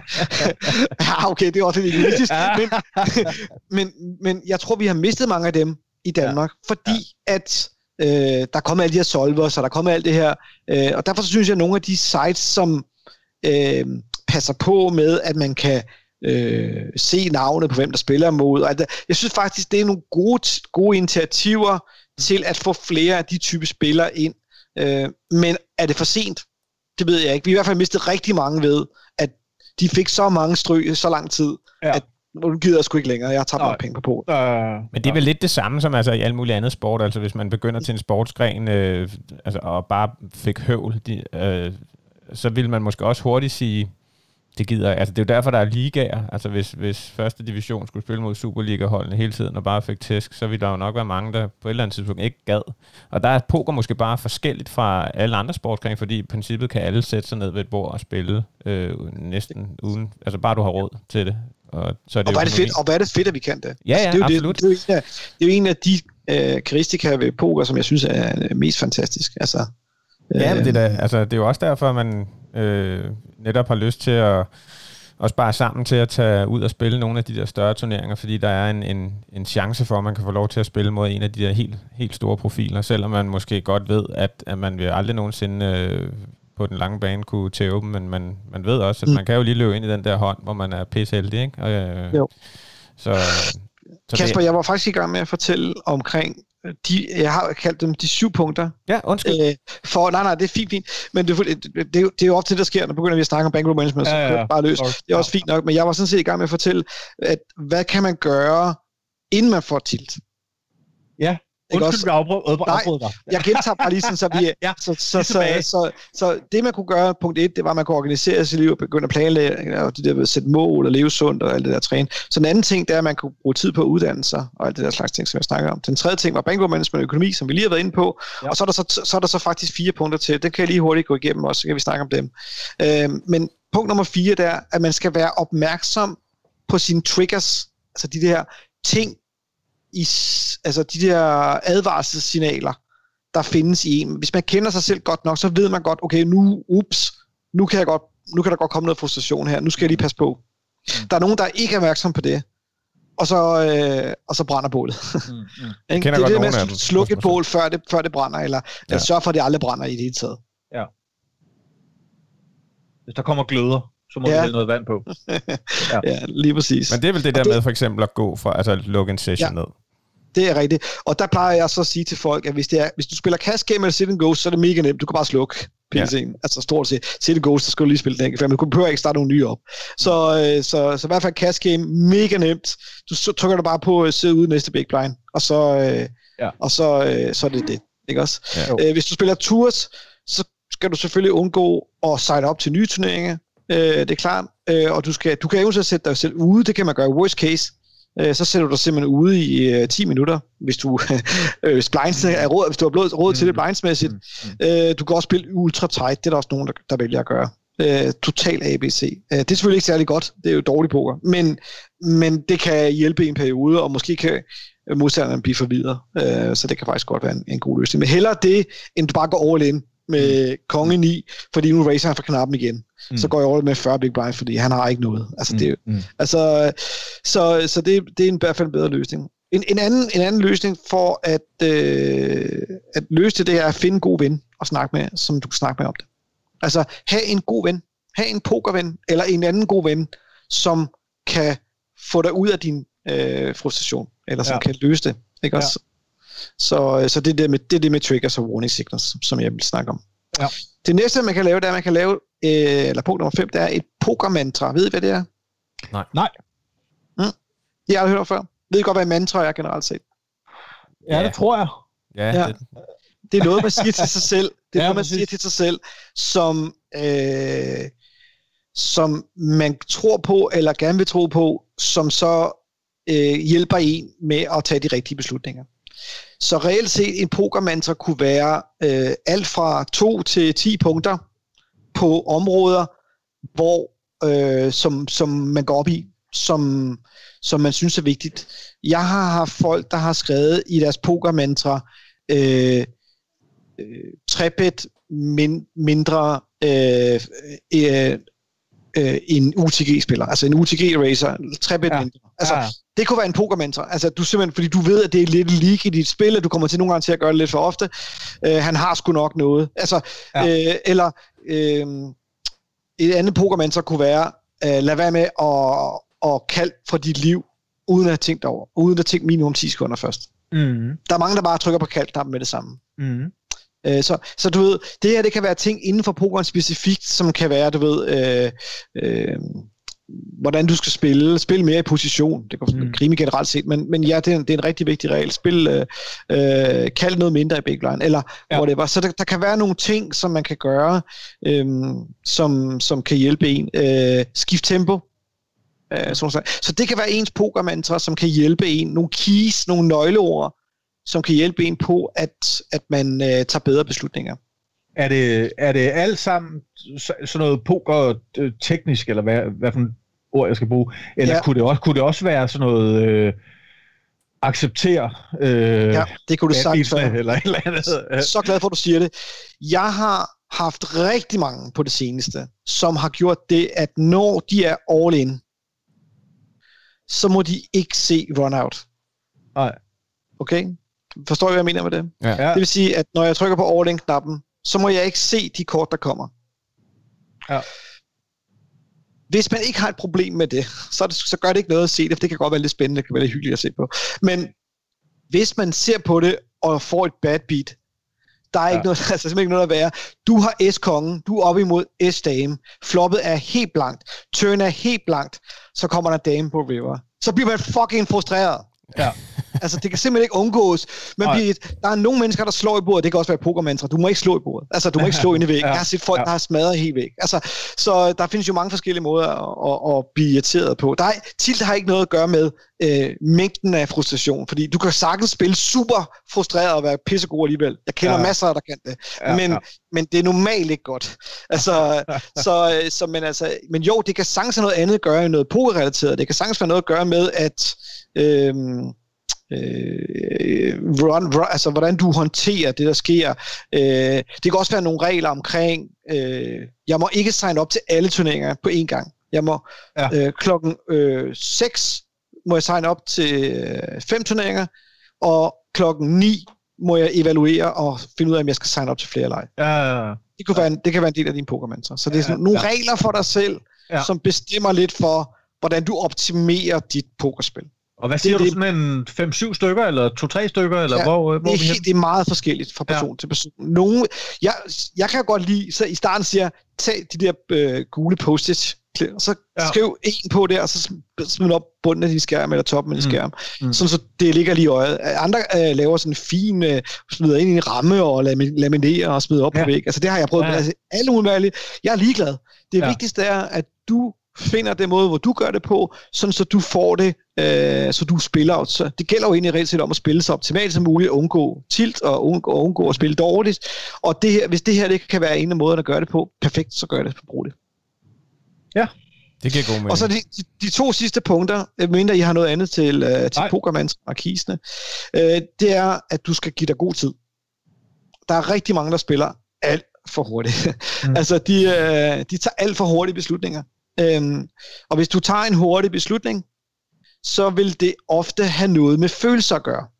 ja okay, det er også lidt egoistisk. Ja. Men, men, men jeg tror, vi har mistet mange af dem i Danmark, ja. fordi ja. at øh, der er kommet alle de her solvers, og der er kommet alt det her. Øh, og derfor synes jeg, at nogle af de sites, som øh, passer på med, at man kan Øh, se navnet på hvem der spiller mod. Altså, jeg synes faktisk det er nogle gode, gode initiativer til at få flere af de type spillere ind, øh, men er det for sent? Det ved jeg ikke. Vi har i hvert fald mistet rigtig mange ved, at de fik så mange stryg så lang tid, ja. at nu gider jeg sgu ikke længere. Jeg har tabt mange penge på på. Øh, Men det er vel lidt det samme som altså, i alt muligt andet sport. Altså hvis man begynder til en sportsgren øh, altså, og bare fik høvl, de, øh, så vil man måske også hurtigt sige, det gider altså det er jo derfor, der er ligaer. Altså hvis, hvis første division skulle spille mod Superliga-holdene hele tiden og bare fik tæsk, så ville der jo nok være mange, der på et eller andet tidspunkt ikke gad. Og der er poker måske bare forskelligt fra alle andre sportsgrene, fordi i princippet kan alle sætte sig ned ved et bord og spille øh, næsten uden, altså bare du har råd til det. Og, så er det og, hvad er det fedt, og hvad er det fedt, at vi kan det? Ja, ja, altså, det er absolut. Det, det, det, er jo det er jo en af de øh, karakteristika ved poker, som jeg synes er mest fantastisk. Altså, øh, ja, men det er, da, altså, det er jo også derfor, at man øh, netop har lyst til at og spare sammen til at tage ud og spille nogle af de der større turneringer, fordi der er en, en, en chance for, at man kan få lov til at spille mod en af de der helt, helt store profiler, selvom man måske godt ved, at, at man vil aldrig nogensinde øh, på den lange bane kunne tæve dem, men man, man ved også, at mm. man kan jo lige løbe ind i den der hånd, hvor man er pisseheldig, ikke? Og, øh, jo. Så, så Kasper, det, jeg var faktisk i gang med at fortælle omkring de, jeg har kaldt dem de syv punkter. Ja, undskyld. Øh, for, nej, nej, det er fint, fint. Men det, det, det, er jo, det er jo op til, der sker, når begynder vi at snakke om bankroll management, så ja, ja, ja. bare løs. Det er også fint nok, men jeg var sådan set i gang med at fortælle, at hvad kan man gøre, inden man får tilt? Ja, undskyld, jeg afbrød dig. Jeg gentager bare lige sådan, så vi... ja, så, så, så, så, så, så det, man kunne gøre, punkt et, det var, at man kunne organisere sit liv og begynde at planlægge, og det der ved at sætte mål og leve sundt og alt det der træne. Så den anden ting, det er, at man kunne bruge tid på at uddanne sig, og alt det der slags ting, som jeg snakker om. Den tredje ting var bankroll management og økonomi, som vi lige har været inde på, ja. Og så er, der så, så er der så faktisk fire punkter til. Det kan jeg lige hurtigt gå igennem også, så kan vi snakke om dem. Øh, men punkt nummer fire, det er, at man skal være opmærksom på sine triggers, altså de der ting, i, altså de der advarselssignaler, der findes i en. Hvis man kender sig selv godt nok, så ved man godt, okay, nu, ups, nu kan, jeg godt, nu kan der godt komme noget frustration her, nu skal jeg lige passe på. Mm. Der er nogen, der ikke er opmærksom på det, og så, øh, og så brænder bålet. Mm, mm. det er det med at slukke et bål, før det, før det brænder, eller ja. Sørge for, at det aldrig brænder i det hele taget. Ja. Hvis der kommer gløder, så må ja. vi hælde noget vand på. Ja. Ja, lige præcis. Men det er vel det der det, med for eksempel at gå fra, altså lukke en session ja. ned. Det er rigtigt. Og der plejer jeg så at sige til folk, at hvis, det er, hvis du spiller cash game eller sit and ghost, så er det mega nemt. Du kan bare slukke P C'en. Ja. Altså stort set. Sit and ghost, så skal du lige spille den enkelt, men du behøver ikke starte nogle nye op. Så, øh, så, så i hvert fald cash game, mega nemt. Du så trykker du bare på at sidde ude næste big blind, og så, øh, ja. og så, øh, så er det det. Ikke også? Ja. Øh, hvis du spiller tours, så skal du selvfølgelig undgå at signe op til nye turneringer. Øh, det er klart. Øh, og du, skal, du kan eventuelt sætte dig selv ude. Det kan man gøre i worst case. Så sætter du dig simpelthen ude i uh, ti minutter, hvis du øh, hvis, blinds er råd, hvis du har blod, råd til det blindsmæssigt. Mm. Øh, du kan også spille ultra tight, det er der også nogen, der, der vælger at gøre. Øh, total A B C. Øh, det er selvfølgelig ikke særlig godt, det er jo dårlig poker, men, men det kan hjælpe i en periode, og måske kan modstanderen blive forvidret. Øh, så det kan faktisk godt være en, en god løsning. Men hellere det, end du bare går all in med konge ni, fordi nu racer han for knappen igen. Mm. Så går jeg over med fyrre big blind, fordi han har ikke noget. Altså, det, mm. altså, så så det, det er i hvert fald en bedre løsning. En, en, anden, en anden løsning for at, øh, at løse det, det er at finde en god ven og snakke med, som du kan snakke med om det. Altså, have en god ven. have en pokerven, eller en anden god ven, som kan få dig ud af din øh, frustration, eller som ja. kan løse det. Ikke også? Ja. Så, så det, er det, med, det er det med triggers og warning signals, som jeg vil snakke om. Ja. Det næste, man kan lave, det er, at man kan lave, øh, eller punkt nummer fem, det er et pokermantra. Ved I, hvad det er? Nej. Nej. Mm. Jeg har hørt om før. Ved I godt, hvad en mantra er generelt set? Ja, ja, det tror jeg. Ja, ja. Det. det er noget, man siger til sig selv. Det er ja, noget, man præcis. siger til sig selv, som, øh, som man tror på, eller gerne vil tro på, som så øh, hjælper en med at tage de rigtige beslutninger. Så reelt set, en pokermantra kunne være øh, alt fra to til ti punkter på områder, hvor øh, som, som man går op i, som, som man synes er vigtigt. Jeg har haft folk, der har skrevet i deres pokermantra, øh, øh, trebet min, mindre øh, øh, øh, en U T G-spiller, altså en U T G-racer, trebet ja. mindre. Altså, ja. Det kunne være en pokermantra. Altså, du simpelthen, fordi du ved, at det er lidt league i dit spil, at du kommer til nogle gange til at gøre det lidt for ofte. Øh, han har sgu nok noget. Altså, ja. øh, eller øh, et andet pokermantra kunne være, øh, lad være med at, at kalde for dit liv, uden at have tænkt over. Uden at tænke minimum ti sekunder først. Mm. Der er mange, der bare trykker på kald-knappen med det samme. Mm. Øh, så, så du ved, det her, det kan være ting inden for pokeren specifikt, som kan være, du ved, øh, øh, hvordan du skal spille, spil mere i position, det kan mm. krimi generelt set, men, men ja, det er, en, det er en rigtig vigtig regel, spil, øh, øh, kald noget mindre i big blind, eller ja. whatever, så der, der kan være nogle ting, som man kan gøre, øh, som, som kan hjælpe en, øh, skift tempo, øh, sådan, så det kan være ens pokermantra, som kan hjælpe en, nogle keys, nogle nøgleord, som kan hjælpe en på, at, at man øh, tager bedre beslutninger. Er det, er det alt sammen sådan noget poker-teknisk, eller hvad, hvad for et ord jeg skal bruge? Eller ja. kunne, det også, kunne det også være sådan noget øh, acceptere? Øh, ja, det kunne du sagtens være. Eller et eller andet. Så glad for, at du siger det. Jeg har haft rigtig mange på det seneste, som har gjort det, at når de er all in, så må de ikke se run out. Nej. Okay? Forstår I, hvad jeg mener med det? Ja. Det vil sige, at når jeg trykker på all in-knappen, så må jeg ikke se de kort, der kommer. Ja. Hvis man ikke har et problem med det, så, det, så gør det ikke noget at se det, for det kan godt være lidt spændende, det kan være lidt hyggeligt at se på. Men hvis man ser på det og får et bad beat, der er ja. ikke noget, altså simpelthen ikke noget at være. Du har S-kongen, du er op imod S-dame, floppet er helt blankt, turn er helt blankt, så kommer der dame på river. Så bliver man fucking frustreret. Ja. Altså, det kan simpelthen ikke undgås. Men bliver, der er nogle mennesker, der slår i bordet. Det kan også være pokermantra. Du må ikke slå i bordet. Altså, du må ikke slå ind i væggen. Ja. Jeg har set folk, ja. der har smadret helt væk. Altså, så der findes jo mange forskellige måder at, at, at blive irriteret på. Der er, tilt har ikke noget at gøre med øh, mængden af frustration. Fordi du kan sagtens spille super frustreret og være pissegod alligevel. Jeg kender ja. masser, der kan det. Ja, men, ja. men det er normalt ikke godt. Altså, så, så, men, altså, men jo, det kan sagtens have noget andet at gøre end noget pokerrelateret. Det kan sagtens være noget at gøre med, at Øh, øh, run, run, altså hvordan du håndterer det, der sker. Øh, det kan også være nogle regler omkring, øh, jeg må ikke sign op til alle turneringer på én gang. Jeg må ja. øh, klokken øh, seks må jeg sign op til øh, fem turneringer, og klokken ni må jeg evaluere og finde ud af, om jeg skal sign op til flere leg. Ja, ja, ja. Det, kunne være en, det kan være en del af din pokermentor. Så det er sådan ja, nogle ja. regler for dig selv, ja. som bestemmer lidt for, hvordan du optimerer dit pokerspil. Og hvad siger det, du, sådan en fem syv stykker, eller to tre stykker, eller ja, hvor, hvor det, er vi helt, det er meget forskelligt fra person ja. til person. Nogle, jeg, jeg kan godt lide, så i starten siger tag de der øh, gule post-its, så ja. skriv en på der, og så smid op bunden af din skærm, eller toppen af din skærm, mm. Mm. sådan så det ligger lige i øjet. Andre øh, laver sådan en fin, øh, smider ind i en ramme, og laminerer og smider op ja. på væg. Altså det har jeg prøvet. Ja. Altså, alle mulige. Jeg er ligeglad. Det ja. vigtigste er, at du finder den måde, hvor du gør det på, sådan så du får det, øh, så du spiller. Så det gælder jo egentlig reelt set om at spille så optimalt som muligt, undgå tilt og undgå, og undgå at spille dårligt. Og det her, hvis det her det kan være en af måderne at gøre det på, perfekt, så gør det, brug det. Ja, det giver god mening. Og så de, de, de to sidste punkter, mindre I har noget andet til, øh, til pokermandsmarkisene, øh, det er, at du skal give dig god tid. Der er rigtig mange, der spiller alt for hurtigt. Mm. altså, de, øh, de tager alt for hurtige beslutninger. Øhm, og hvis du tager en hurtig beslutning, så vil det ofte have noget med følelser at gøre.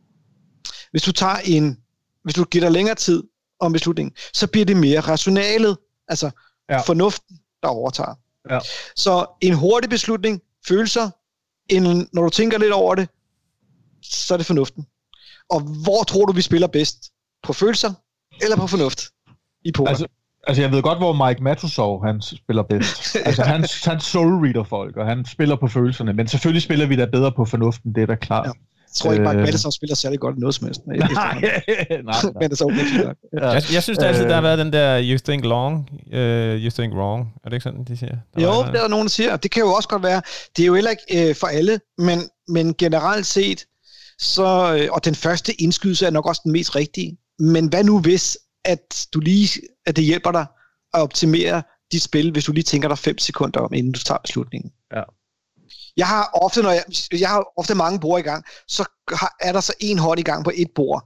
Hvis du tager en, hvis du giver dig længere tid om beslutningen, så bliver det mere rationalet, altså ja. fornuften, der overtager. Ja. Så en hurtig beslutning, følelser, en, når du tænker lidt over det, så er det fornuften. Og hvor tror du, vi spiller bedst? På følelser eller på fornuft i poker? Altså, Altså, jeg ved godt, hvor Mike Matusov, han spiller bedst. Altså, han, han soul-reader folk, og han spiller på følelserne. Men selvfølgelig spiller vi da bedre på fornuften, det er da klart. Ja. Jeg tror ikke, Mike øh... Matusov spiller særlig godt noget som helst. Nej, nej, nej. Men det er så okay. Ja. Jeg, jeg synes da altid, der har været den der you think long, uh, you think wrong. Er det ikke sådan, de siger? Der jo, det er der nogen, der siger. Det kan jo også godt være. Det er jo heller ikke øh, for alle, men, men generelt set, så, øh, og den første indskydelse er nok også den mest rigtige. Men hvad nu hvis, at du lige, at det hjælper dig at optimere dit spil, hvis du lige tænker dig fem sekunder om, inden du tager beslutningen. Ja. Jeg har ofte, når jeg, jeg har ofte mange bord i gang, så har, er der så en hånd i gang på et bord.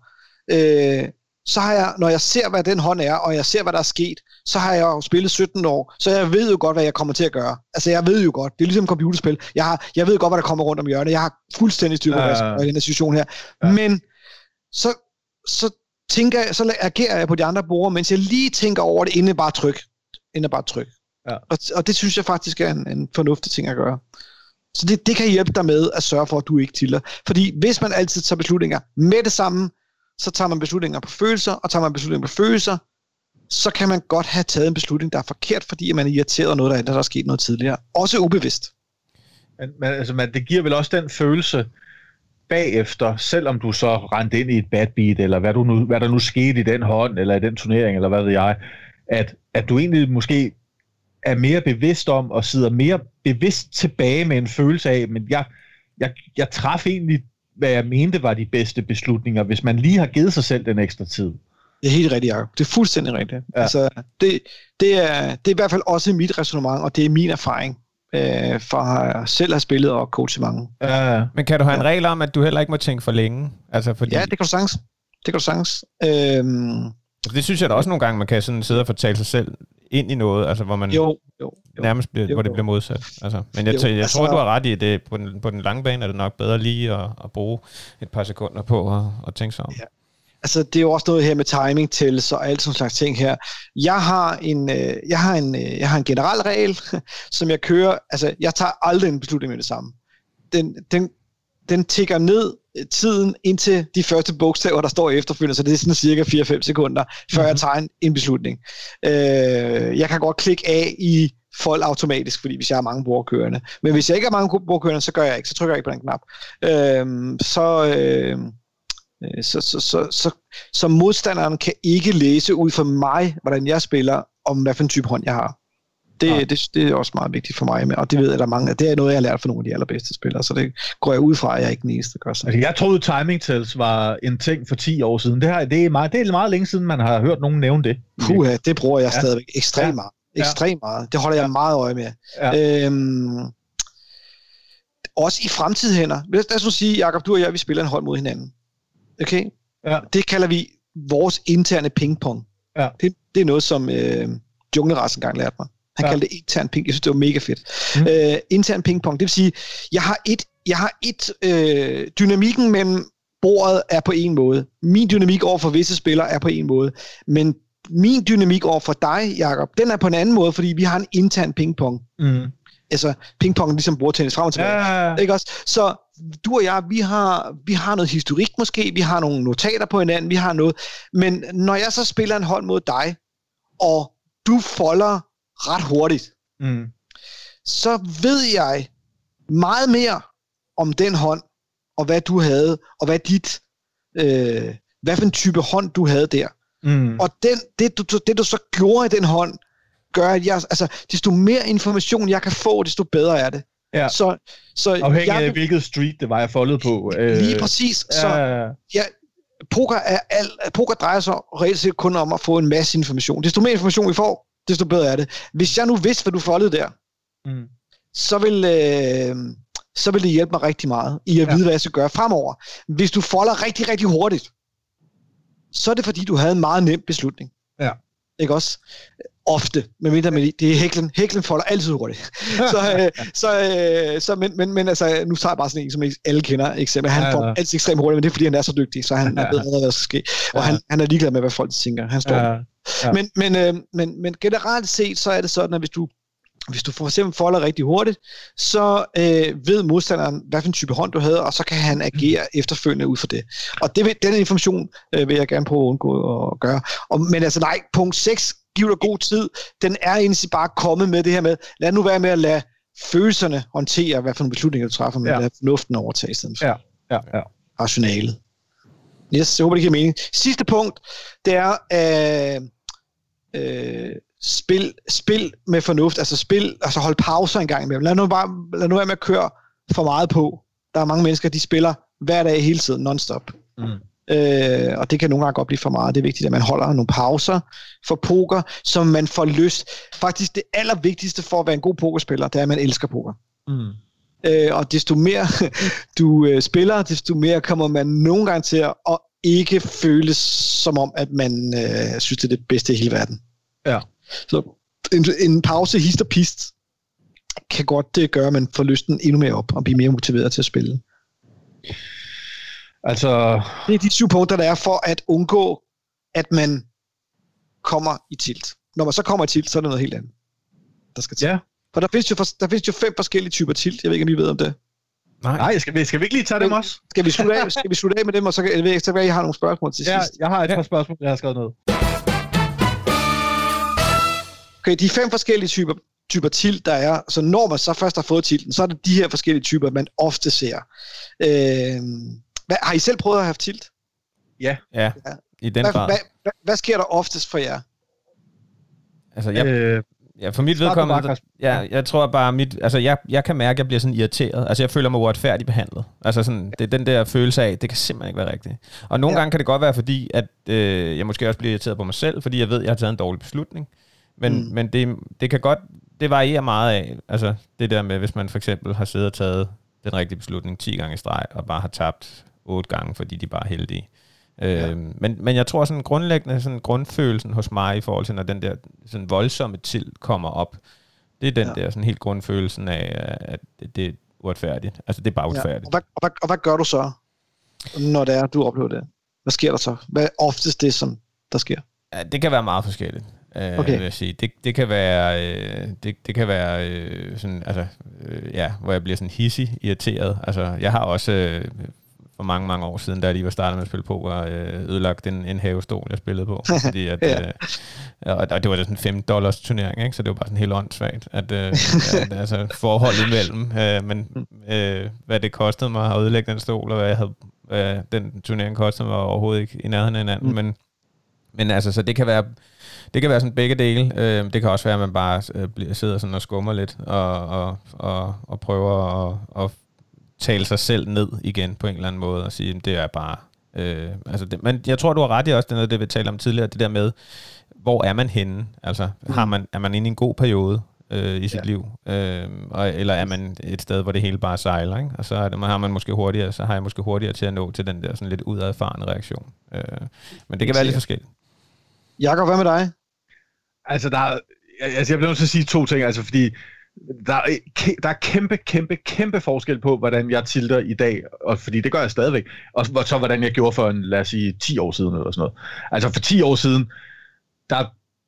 Øh, så har jeg, når jeg ser, hvad den hånd er, og jeg ser, hvad der er sket, så har jeg jo spillet sytten år, så jeg ved jo godt, hvad jeg kommer til at gøre. Altså, jeg ved jo godt. Det er ligesom et computerspil. Jeg, har, jeg ved godt, hvad der kommer rundt om hjørnet. Jeg har fuldstændig styr på, hvad jeg skal gøre i den her situation her. Ja. Men så, så tænker jeg, så agerer jeg på de andre borde, mens jeg lige tænker over det, inden jeg bare tryk. Inden jeg bare tryk. Ja. Og, og det synes jeg faktisk er en, en fornuftig ting at gøre. Så det, det kan hjælpe dig med at sørge for, at du ikke tilter. Fordi hvis man altid tager beslutninger med det samme, så tager man beslutninger på følelser, og tager man beslutninger på følelser, så kan man godt have taget en beslutning, der er forkert, fordi man er irriteret af noget, der, der er sket noget tidligere. Også ubevidst. Men, men altså, man, det giver vel også den følelse bagefter, selvom du så rendte ind i et bad beat, eller hvad, du nu, hvad der nu skete i den hånd, eller i den turnering, eller hvad ved jeg, at, at du egentlig måske er mere bevidst om, og sidder mere bevidst tilbage med en følelse af, men jeg, jeg, jeg traf egentlig, hvad jeg mente var de bedste beslutninger, hvis man lige har givet sig selv den ekstra tid. Det er helt rigtigt, Jacob. Det er fuldstændig rigtigt. Ja. Altså, det, det, er, det er i hvert fald også mit ræsonnement, og det er min erfaring, øh, for at selv have spillet og coachet mange. Ja. Men kan du have ja. en regel om, at du heller ikke må tænke for længe? Altså, fordi... Ja, det kan du sagtens. Det kan du sagtens. Øhm, Det synes jeg da også nogle gange, man kan sådan sidde og fortælle sig selv ind i noget, altså hvor man jo, jo, jo, nærmest bliver, jo, hvor det bliver modsat. Altså, men jeg, jo, t- jeg altså, tror, du har ret i det. På den, på den lange bane er det nok bedre lige at, at bruge et par sekunder på at, at tænke sig om. Ja. Altså, det er jo også noget her med timing til, så alt sådan slags ting her. Jeg har en, øh, jeg har en, øh, jeg har en generel regel, som jeg kører. Altså, jeg tager aldrig en beslutning med det samme. Den, den, den tigger ned tiden indtil de første bogstaver, der står efterfølgende, så det er sådan cirka fire til fem sekunder, før mm-hmm. jeg tager en, en beslutning. Øh, jeg kan godt klikke af i fold automatisk, fordi hvis jeg har mange brugerkørende. Men hvis jeg ikke har mange brugerkørende, så gør jeg ikke, så trykker jeg ikke på den knap. Øh, så... Øh, Så, så, så, så, så modstanderen kan ikke læse ud for mig, hvordan jeg spiller, om hvad for en type hånd jeg har. Det, ja. det, det er også meget vigtigt for mig, og det ved jeg, der mange. Det er noget, jeg har lært fra nogle af de allerbedste spillere, så det går jeg ud fra, at jeg er ikke den eneste, der gør sådan. Altså, jeg troede, timing tells var en ting for ti år siden. Det, her, det, er meget, det er meget længe siden, man har hørt nogen nævne det. Puha, det bruger jeg ja. stadigvæk ekstremt ja. meget. Ekstremt ja. meget. Det holder jeg ja. meget øje med. Ja. Øhm, også i fremtidshænder. Lad os nu sige, Jakob, du og jeg, vi spiller en hold mod hinanden. Okay? Ja. Det kalder vi vores interne pingpong. Ja. Det, det er noget, som øh, Jungleras engang lærte mig. Han ja. kaldte det intern ping. Jeg synes, det var mega fedt. Mm. Øh, intern pingpong, det vil sige, jeg har et, jeg har et øh, dynamikken mellem bordet er på en måde. Min dynamik over for visse spillere er på en måde. Men min dynamik over for dig, Jakob, den er på en anden måde, fordi vi har en intern pingpong. Mm. Altså, pingpong ligesom bordtennis frem og tilbage. Ja. Ikke også? Så du og jeg, vi har, vi har noget historik måske, vi har nogle notater på hinanden, vi har noget. Men når jeg så spiller en hånd mod dig, og du folder ret hurtigt, mm. så ved jeg meget mere om den hånd, og hvad du havde, og hvad dit, øh, hvad for en type hånd du havde der. Mm. Og den, det, du, det, du så gjorde i den hånd, gør, at jeg, altså, desto mere information jeg kan få, desto bedre er det. Ja. Så, så afhængig jeg, af hvilket street det var, jeg foldede på. Lige øh, præcis. Så, ja. Ja, poker, er al, poker drejer sig reelt set kun om at få en masse information. Desto mere information vi får, desto bedre er det. Hvis jeg nu vidste, hvad du foldede der, mm. så, vil, øh, så vil det hjælpe mig rigtig meget i at ja. vide, hvad jeg skal gøre fremover. Hvis du folder rigtig, rigtig hurtigt, så er det fordi, du havde en meget nem beslutning. Ja. Ikke også? Ofte, med mindre med det er Hæklen. Hæklen folder altid hurtigt. så, øh, så, øh, så men, men, men altså, nu tager jeg bare sådan en, som alle kender, eksempel. Han får ja, ja. altid ekstremt hurtigt, men det er fordi, han er så dygtig, så han ja. ved, hvad der skal ske. Og ja. han, han er ligeglad med, hvad folk tænker. Han står ja. Ja. Men, men, øh, men, men generelt set, så er det sådan, at hvis du Hvis du for eksempel folder rigtig hurtigt, så øh, ved modstanderen, hvad for en type hånd du havde, og så kan han agere mm. efterfølgende ud for det. Og det vil, den information øh, vil jeg gerne prøve at undgå at gøre. Og, men altså nej, punkt seks, giv dig god tid. Den er egentlig bare kommet med det her med, lad nu være med at lade følelserne håndtere, hvad for en beslutning du træffer, men ja. lad fornuften overtage i stedet for ja. Ja. Ja. rationalet. Yes, jeg håber, det giver mening. Sidste punkt, det er øh, øh, Spil, spil med fornuft, altså spil, altså hold pauser en gang imellem. Lad nu, bare, lad nu være med at køre for meget på. Der er mange mennesker, de spiller hver dag hele tiden, non-stop. Mm. Øh, og det kan nogle gange godt blive for meget. Det er vigtigt, at man holder nogle pauser for poker, som man får lyst. Faktisk det allervigtigste for at være en god pokerspiller, det er, at man elsker poker. Mm. Øh, og desto mere du øh, spiller, desto mere kommer man nogle gange til at ikke føles som om, at man øh, synes, det er det bedste i hele verden. Ja. Så en, en pause, hist og pist, kan godt det gøre, at man får lysten endnu mere op og blive mere motiveret til at spille. Altså... Det er de syv punkter, der er for at undgå, at man kommer i tilt. Når man så kommer i tilt, så er det noget helt andet, der skal til. Ja. For der findes, jo, der findes jo fem forskellige typer tilt. Jeg ved ikke, om I ved om det. Nej, Nej skal, vi, skal vi ikke lige tage dem også? Skal vi slutte af, skal vi slutte af med dem, og så kan jeg ved, så jeg har nogle spørgsmål til ja, sidst. Jeg har et par spørgsmål, jeg har skrevet ned. Okay, de fem forskellige typer, typer tilt, der er, så når man så først har fået tilten, så er det de her forskellige typer, man ofte ser. Øh, hvad, har I selv prøvet at have tilt? Ja, ja, i den hvad, grad. Hvad, hvad, hvad sker der oftest for jer? Altså, jeg, øh, ja, for mit vedkommende, ja, jeg tror bare, mit, altså, jeg, jeg kan mærke, at jeg bliver sådan irriteret. Altså, jeg føler mig uretfærdigt behandlet. Altså, sådan, det er den der følelse af, det kan simpelthen ikke være rigtigt. Og nogle ja. gange kan det godt være, fordi at, øh, jeg måske også bliver irriteret på mig selv, fordi jeg ved, at jeg har taget en dårlig beslutning. Men, mm. men det, det kan godt, det varierer meget af, altså det der med, hvis man for eksempel har siddet og taget den rigtige beslutning ti gange i streg, og bare har tabt otte gange, fordi de bare er heldige. Ja. Øh, men, men jeg tror sådan grundlæggende sådan grundfølelsen hos mig i forhold til, når den der sådan voldsomme til kommer op, det er den ja. der sådan helt grundfølelsen af, at det, det er uretfærdigt. Altså det er bare uretfærdigt. Ja. Og, hvad, og, hvad, og hvad gør du så, når det er, du oplever det? Hvad sker der så? Hvad er oftest det, som der sker? Ja, det kan være meget forskelligt. Okay. Vil jeg sige. Det, det kan være, øh, det, det kan være øh, sådan, altså, øh, ja, hvor jeg bliver sådan hissig, irriteret. Altså, jeg har også øh, for mange, mange år siden, da jeg lige var startet med at spille poker, øh, ødelagt en, en havestol, jeg spillede på. Fordi at, ja. øh, og, og det var sådan en fem dollars turnering, ikke? Så det var bare sådan helt åndssvagt, at, øh, at altså, forholdet imellem, øh, men øh, hvad det kostede mig at ødelægge den stol, og hvad jeg havde, øh, den turnering kostede mig overhovedet ikke i nærheden af hinanden, mm. men, men altså, så det kan være Det kan være sådan begge dele. Øh, det kan også være, at man bare øh, sidder sådan og skummer lidt og, og, og, og prøver at og tale sig selv ned igen på en eller anden måde og sige, at det er bare... Øh, altså det, men jeg tror, du har ret i også, det er noget, det vi talte om tidligere, det der med, hvor er man henne? Altså, mm. har man, er man inde i en god periode øh, i sit ja. liv? Øh, og, eller er man et sted, hvor det hele bare sejler? Ikke? Og så er det, har man måske hurtigere, så har jeg måske hurtigere til at nå til den der sådan lidt udadfarende reaktion. Øh, men det kan være lidt forskelligt. Jakob, hvad med dig? Altså, der er, altså, jeg bliver nødt til at sige to ting, altså, fordi der er, der er kæmpe, kæmpe, kæmpe forskel på, hvordan jeg tilter i dag, og fordi det gør jeg stadigvæk, og så hvordan jeg gjorde for en, lad os sige, ti år siden eller sådan noget. Altså, for ti år siden, der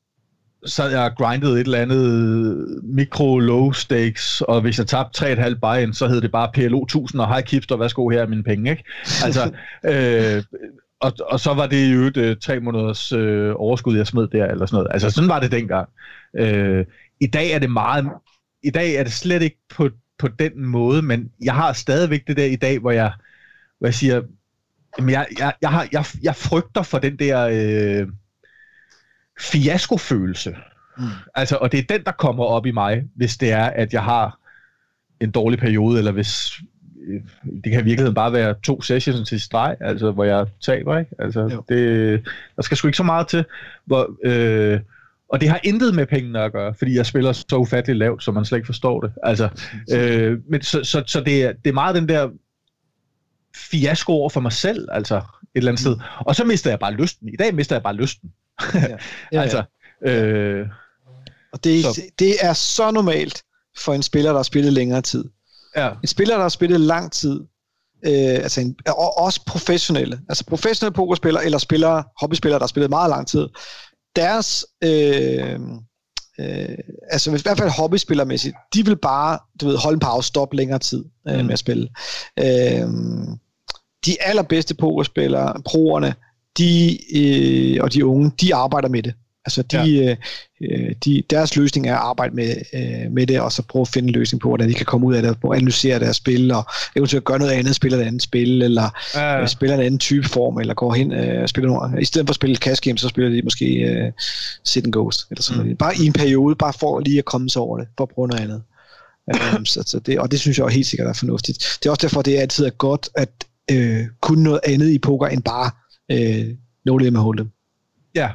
sad jeg og grindede et eller andet mikro-low stakes, og hvis jeg tabte tre komma fem buy-in, så hed det bare P L O tusind, og hej Kipster, værsgo, her er mine penge, ikke? Altså, øh, Og, og så var det jo et øh, tre måneders øh, overskud, jeg smed der, eller sådan noget. Altså, sådan var det dengang. Øh, I dag er det meget... I dag er det slet ikke på, på den måde, men jeg har stadigvæk det der i dag, hvor jeg, hvor jeg siger, jamen jeg, jeg, jeg, har, jeg, jeg frygter for den der øh, fiaskofølelse. Mm. Altså, og det er den, der kommer op i mig, hvis det er, at jeg har en dårlig periode, eller hvis... Det kan i virkeligheden bare være to sessions til streg, altså hvor jeg taber, ikke? Altså det, der skal sgu ikke så meget til, hvor, øh, og det har intet med pengene at gøre, fordi jeg spiller så ufatteligt lavt, så man slet ikke forstår det. Altså, øh, men så, så, så det, er, det er meget den der fiasko over for mig selv, altså et eller andet mm. sted. Og så mister jeg bare lysten. I dag mister jeg bare lysten. ja. Ja, ja. altså, øh, og det, det er så normalt for en spiller, der har spillet længere tid. Ja. En spiller, der har spillet lang tid, øh, altså en, og også professionelle, altså professionelle pokerspillere, eller spillere, hobbyspillere, der har spillet meget lang tid, deres, øh, øh, altså i hvert fald hobbyspillermæssigt, de vil bare, du ved, holde en pause, stoppe længere tid øh, mm. med at spille. Øh, de allerbedste pokerspillere, proerne, de, øh, og de unge, de arbejder med det. Altså de, ja. øh, de, deres løsning er at arbejde med, øh, med det, og så prøve at finde en løsning på, hvordan de kan komme ud af det, og analysere deres spil, og eventuelt gøre noget andet, spille et andet spil, eller ja. øh, spille en anden type form, eller gå hen og øh, spille nogle, i stedet for at spille cash game, så spiller de måske øh, sit and goes, eller sådan mm. noget. Bare i en periode, bare for lige at komme sig over det, for at prøve noget andet. um, så, så det, og det synes jeg også helt sikkert er fornuftigt. Det er også derfor, det altid er godt, at øh, kunne noget andet i poker, end bare øh, no limit hold'em. Ja.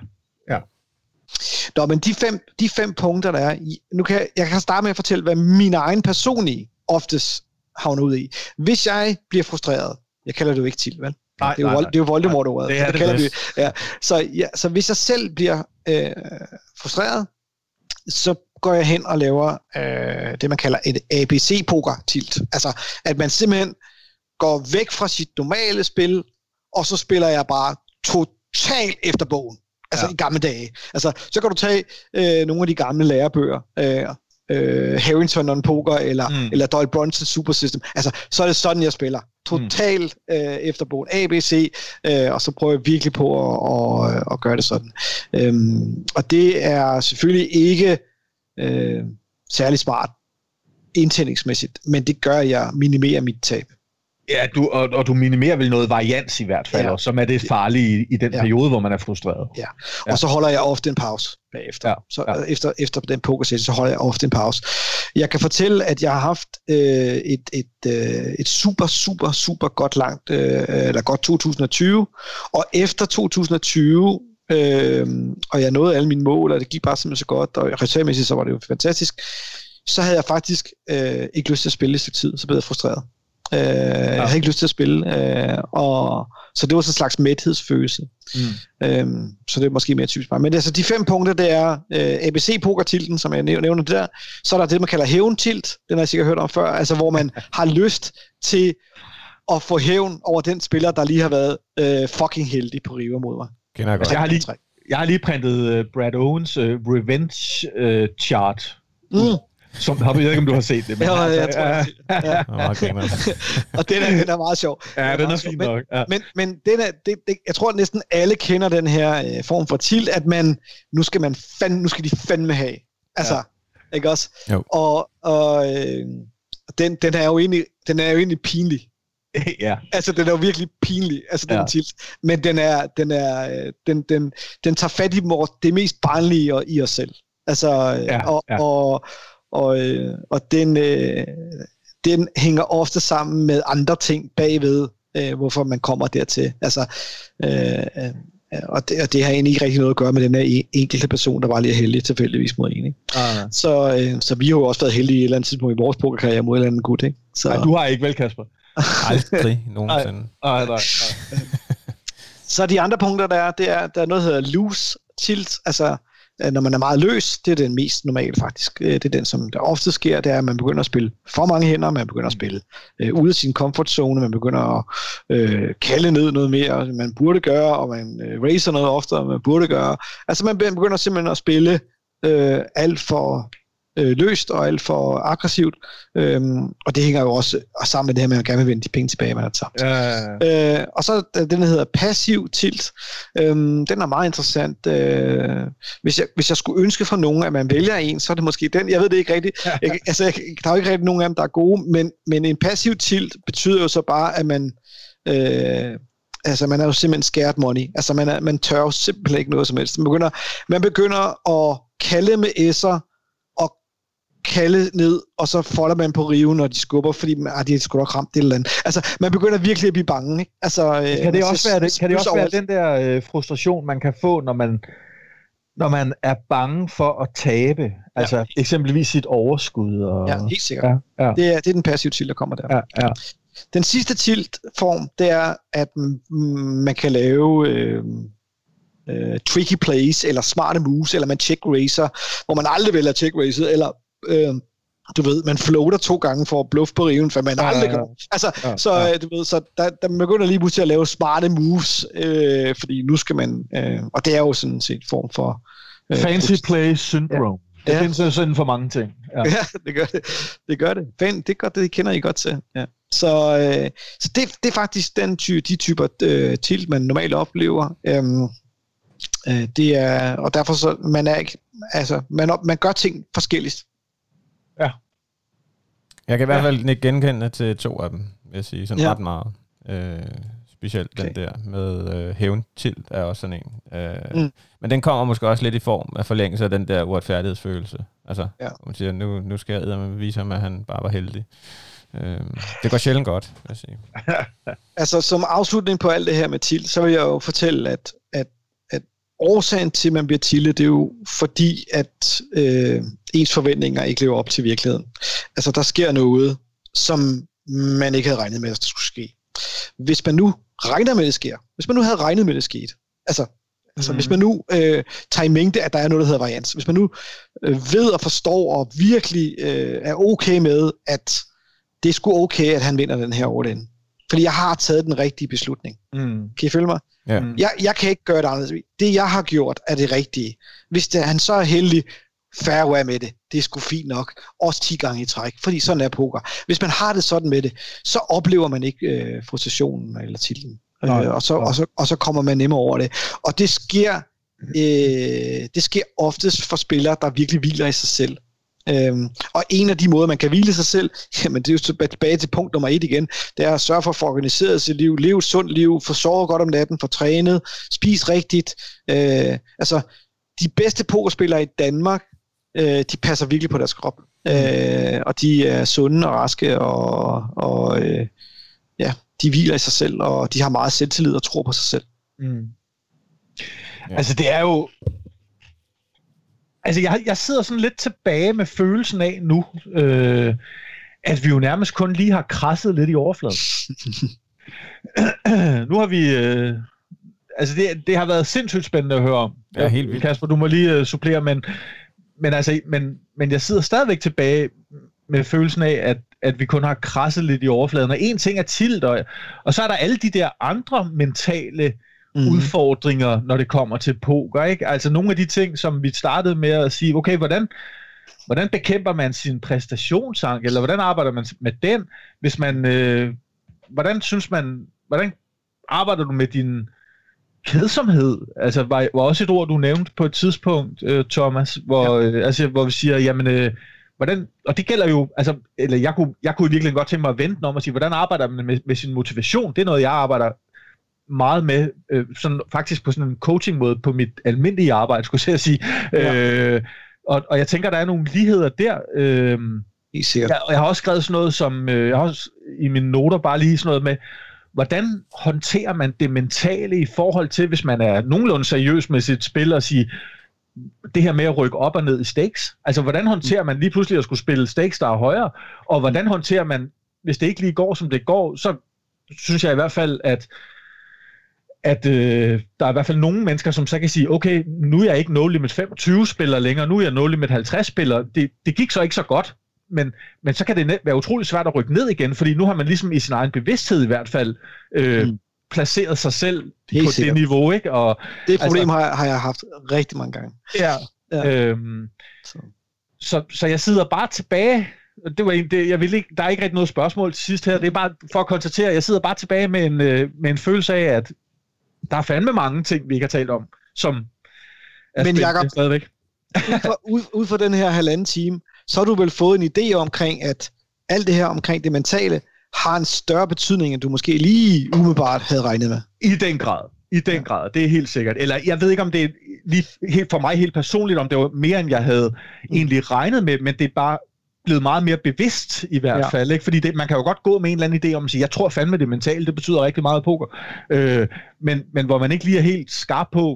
Nå, men de fem, de fem punkter, der er, nu kan jeg, jeg kan starte med at fortælle, hvad min egen personlige oftest havner ud i. Hvis jeg bliver frustreret, jeg kalder det jo ikke til, vel? Nej, det, er jo, nej, nej. det er jo Voldemort-ordet. Det er det, det, det. Ja. Så, ja, så hvis jeg selv bliver øh, frustreret, så går jeg hen og laver øh, det, man kalder et A B C-poker-tilt. Altså, at man simpelthen går væk fra sit normale spil, og så spiller jeg bare totalt efter bogen. Altså ja. I gamle dage. Altså, så kan du tage øh, nogle af de gamle lærebøger, øh, øh, Harrington on Poker, eller, mm. eller Doyle Brunson Super System. Altså, så er det sådan, jeg spiller. Totalt øh, efter bogen. A, B, C, øh, og så prøver jeg virkelig på at, at, at gøre det sådan. Øhm, og det er selvfølgelig ikke øh, særlig smart indtændingsmæssigt, men det gør, at jeg minimerer mit tab. Ja, du, og, og du minimerer vel noget varians i hvert fald, ja. Som er det farlige i, i den ja. periode, hvor man er frustreret. Ja, og ja. Så holder jeg ofte en pause bagefter. Ja. Så ja. Efter, efter den pokersætte, så holder jeg ofte en pause. Jeg kan fortælle, at jeg har haft øh, et, et, øh, et super, super, super godt langt, øh, eller godt to tusind og tyve, og efter to tusind og tyve, øh, og jeg nåede alle mine mål, og det gik bare simpelthen så godt, og resultatmæssigt så var det jo fantastisk, så havde jeg faktisk øh, ikke lyst til at spille i stykke tid, så blev jeg frustreret. Øh, ja. Jeg havde ikke lyst til at spille, øh, og Så det var sådan en slags mæthedsfølelse. Mm. Øhm, så det er måske mere typisk. Men altså, de fem punkter, det er øh, A B C-pokertilten, som jeg nævner det der. Så er der det, man kalder hævntilt. Den har jeg sikkert hørt om før. Altså, hvor man har lyst til at få hævn over den spiller, der lige har været øh, fucking heldig på river mod mig. Kender jeg godt. Altså, jeg, har lige, jeg har lige printet uh, Brad Owens uh, revenge uh, chart. Mm. Som, jeg ved ikke, om du har set det. Men ja, altså, jeg tror, jeg ja. Ja. Og den er, den er meget sjov. Ja, den, den er, er fin nok. Ja. Men, men den er, det, det, jeg tror, at næsten alle kender den her øh, form for tilt, at man, nu skal man fand, nu skal de fandme have. Altså, ja. Ikke også? Jo. Og, og øh, den, den, er jo egentlig, den er jo egentlig pinlig. Ja. Altså, den er jo virkelig pinlig, altså den ja. tilt. Men den er, den er, den, den, den tager fat i det mest barnlige i os selv. Altså, ja, og, ja. og Og, øh, og den, øh, den hænger ofte sammen med andre ting bagved, øh, hvorfor man kommer dertil. Altså, øh, øh, og, det, og det har egentlig ikke rigtig noget at gøre med den her enkelte person, der var lige heldig tilfældigvis mod en. Ikke? Ah, så, øh, så vi har jo også været heldige i et eller andet tidspunkt i vores pokerkarriere mod en eller anden gut. Ikke? Så, nej, du har ikke vel, Kasper? Aldrig nogensinde. Nej, nej, nej. Så de andre punkter, der er, det er, der er noget, der hedder loose tilt, altså når man er meget løs, det er den mest normale faktisk. Det er den, som der ofte sker, det er, at man begynder at spille for mange hænder, man begynder at spille øh, ude af sin comfort zone, man begynder at øh, kalde ned noget mere, man burde gøre, og man øh, raiser noget oftere, end man burde gøre. Altså man begynder simpelthen at spille øh, alt for øh, løst og alt for aggressivt, øhm, og det hænger jo også sammen med det her med, at man gerne vil vinde de penge tilbage, man har tabt. Ja, ja, ja. Øh, og så den, der hedder passiv tilt. Øhm, den er meget interessant. Øh, hvis, jeg, hvis jeg skulle ønske for nogen, at man vælger en, så er det måske den. Jeg ved det ikke rigtigt. Jeg, altså, jeg, der er jo ikke rigtig nogen af dem, der er gode, men, men en passiv tilt betyder jo så bare, at man øh, altså man er jo simpelthen scared money. Altså man, er, man tør jo simpelthen ikke noget som helst. Man begynder, man begynder at kalde med s'er, kalde ned, og så folder man på riven, når de skubber, fordi man, ah, de har sgu nok ramt det eller andet. Altså, man begynder virkelig at blive bange, ikke? Altså, kan det også være, det, kan det også være den der øh, frustration, man kan få, når man, når man er bange for at tabe? Altså, ja. Eksempelvis sit overskud. Og... Ja, helt sikkert. Ja, ja. Det, er, det er den passive tilt, der kommer der. Ja, ja. Den sidste tilt-form, det er, at man kan lave... Øh, øh, tricky plays, eller smarte moves, eller man check-raiser, hvor man aldrig vælger check-raiset, eller Øh, du ved, man floater to gange for at bluffe på riven, for man ja, aldrig gør. Altså, ja, så ja. Du ved, så der, der begynder lige pludselig at lave smarte moves, øh, fordi nu skal man, øh, og det er jo sådan set form for... Øh, Fancy play syndrome. Ja. Det ja. findes sådan for mange ting. Ja, ja det gør det. Det gør det. Fan, det er godt, det kender I godt til. Ja. Så, øh, så det, det er faktisk den ty, de typer øh, tilt, man normalt oplever. Øhm, øh, det er, og derfor så, man er ikke, altså, man, man gør ting forskelligt. Ja. Jeg kan i hvert fald ikke genkende til to af dem, vil jeg sige, sådan ja. ret meget. Øh, specielt okay. den der med øh, hævntilt er også sådan en. Øh, mm. Men den kommer måske også lidt i form af forlængelse af den der uretfærdighedsfølelse. Altså, ja. man siger, nu, nu skal jeg eddermame vise ham, at han bare var heldig. Øh, det går sjældent godt, vil jeg sige. Altså, som afslutning på alt det her med tilt, så vil jeg jo fortælle, at, at årsagen til, at man bliver tiltet, det er jo fordi, at øh, ens forventninger ikke lever op til virkeligheden. Altså, der sker noget, som man ikke havde regnet med, at der skulle ske. Hvis man nu regner med, at det sker, hvis man nu havde regnet med, at det skete, altså, altså mm. hvis man nu øh, tager i mængde, at der er noget, der hedder varians, hvis man nu øh, ved og forstår og virkelig øh, er okay med, at det er sgu okay, at han vinder den her all in. Fordi jeg har taget den rigtige beslutning. Mm. Kan I følge mig? Ja. Jeg, jeg kan ikke gøre det anderledes. Det, jeg har gjort, er det rigtige. Hvis det, han så er heldig, fair med det. Det er sgu fint nok. Også ti gange i træk. Fordi sådan er poker. Hvis man har det sådan med det, så oplever man ikke øh, frustrationen eller titlen. Øh, og, så, og, så, og så kommer man nemmere over det. Og det sker, øh, det sker oftest for spillere, der virkelig hviler i sig selv. Øhm, og en af de måder, man kan hvile sig selv, jamen det er jo tilbage til punkt nummer et igen, det er at sørge for at få organiseret sit liv, leve et sundt liv, få sovet godt om natten, få trænet, spise rigtigt. Øh, altså, de bedste pokerspillere i Danmark, øh, de passer virkelig på deres krop. Øh, og de er sunde og raske, og, og øh, ja, de hviler i sig selv, og de har meget selvtillid og tror på sig selv. Mm. Ja. Altså, det er jo... Altså, jeg, jeg sidder sådan lidt tilbage med følelsen af nu, øh, at vi jo nærmest kun lige har krasset lidt i overfladen. nu har vi... Øh, altså, det, det har været sindssygt spændende at høre om. Ja, helt vildt. Kasper, du må lige uh, supplere, men, men, altså, men, men jeg sidder stadigvæk tilbage med følelsen af, at, at vi kun har krasset lidt i overfladen. Og en ting er tilt, og, og så er der alle de der andre mentale mm. udfordringer, når det kommer til poker, ikke? Altså nogle af de ting, som vi startede med at sige, okay, hvordan... Hvordan bekæmper man sin præstationsangst, eller hvordan arbejder man med den, hvis man, øh, hvordan synes man, hvordan arbejder du med din kedsomhed? Altså, var, var også et ord, du nævnte på et tidspunkt, øh, Thomas, hvor, ja. øh, altså, hvor vi siger, jamen, øh, hvordan, og det gælder jo, altså, eller jeg kunne, jeg kunne virkelig godt tænke mig at vente om og sige, hvordan arbejder man med, med sin motivation? Det er noget, jeg arbejder meget med, øh, sådan, faktisk på sådan en coaching-måde, på mit almindelige arbejde, skulle jeg sige. Ja. Øh, Og, og jeg tænker, der er nogle ligheder der. Øhm, jeg, jeg har også skrevet sådan noget som, øh, jeg har også i mine noter bare lige sådan noget med, hvordan håndterer man det mentale i forhold til, hvis man er nogenlunde seriøs med sit spil og sige, det her med at rykke op og ned i stakes. Altså, hvordan håndterer man lige pludselig at skulle spille stakes, der er højere? Og hvordan håndterer man, hvis det ikke lige går, som det går, så synes jeg i hvert fald, at at øh, der er i hvert fald nogle mennesker, som så kan sige, okay, nu er jeg ikke No Limit femogtyve spiller længere, nu er jeg No Limit halvtreds spiller. Det, det gik så ikke så godt, men, men så kan det være utroligt svært at rykke ned igen, fordi nu har man ligesom i sin egen bevidsthed i hvert fald øh, mm. placeret sig selv Helt på sikkert. Det niveau, ikke? Og, det problem altså, har, har jeg haft rigtig mange gange. Ja. ja. Øhm, så. Så, så jeg sidder bare tilbage. Det var en, det, jeg vil ikke, der er ikke rigtig noget spørgsmål til sidst her. Det er bare for at konstatere, jeg sidder bare tilbage med en, øh, med en følelse af, at der er fandme mange ting, vi ikke har talt om, som er Men Jacob, stadigvæk. ud, for, ud, ud for den her halvanden time, så har du vel fået en idé omkring, at alt det her omkring det mentale har en større betydning, end du måske lige umiddelbart havde regnet med. I den grad. I den ja. grad. Det er helt sikkert. Eller jeg ved ikke, om det er lige helt, for mig helt personligt, om det var mere, end jeg havde mm. egentlig regnet med, men det er bare blevet meget mere bevidst i hvert ja. fald, ikke? Fordi det, man kan jo godt gå med en eller anden idé om at sige, jeg tror fandme det mentale, det betyder rigtig meget i poker, øh, men, men hvor man ikke lige er helt skarp på,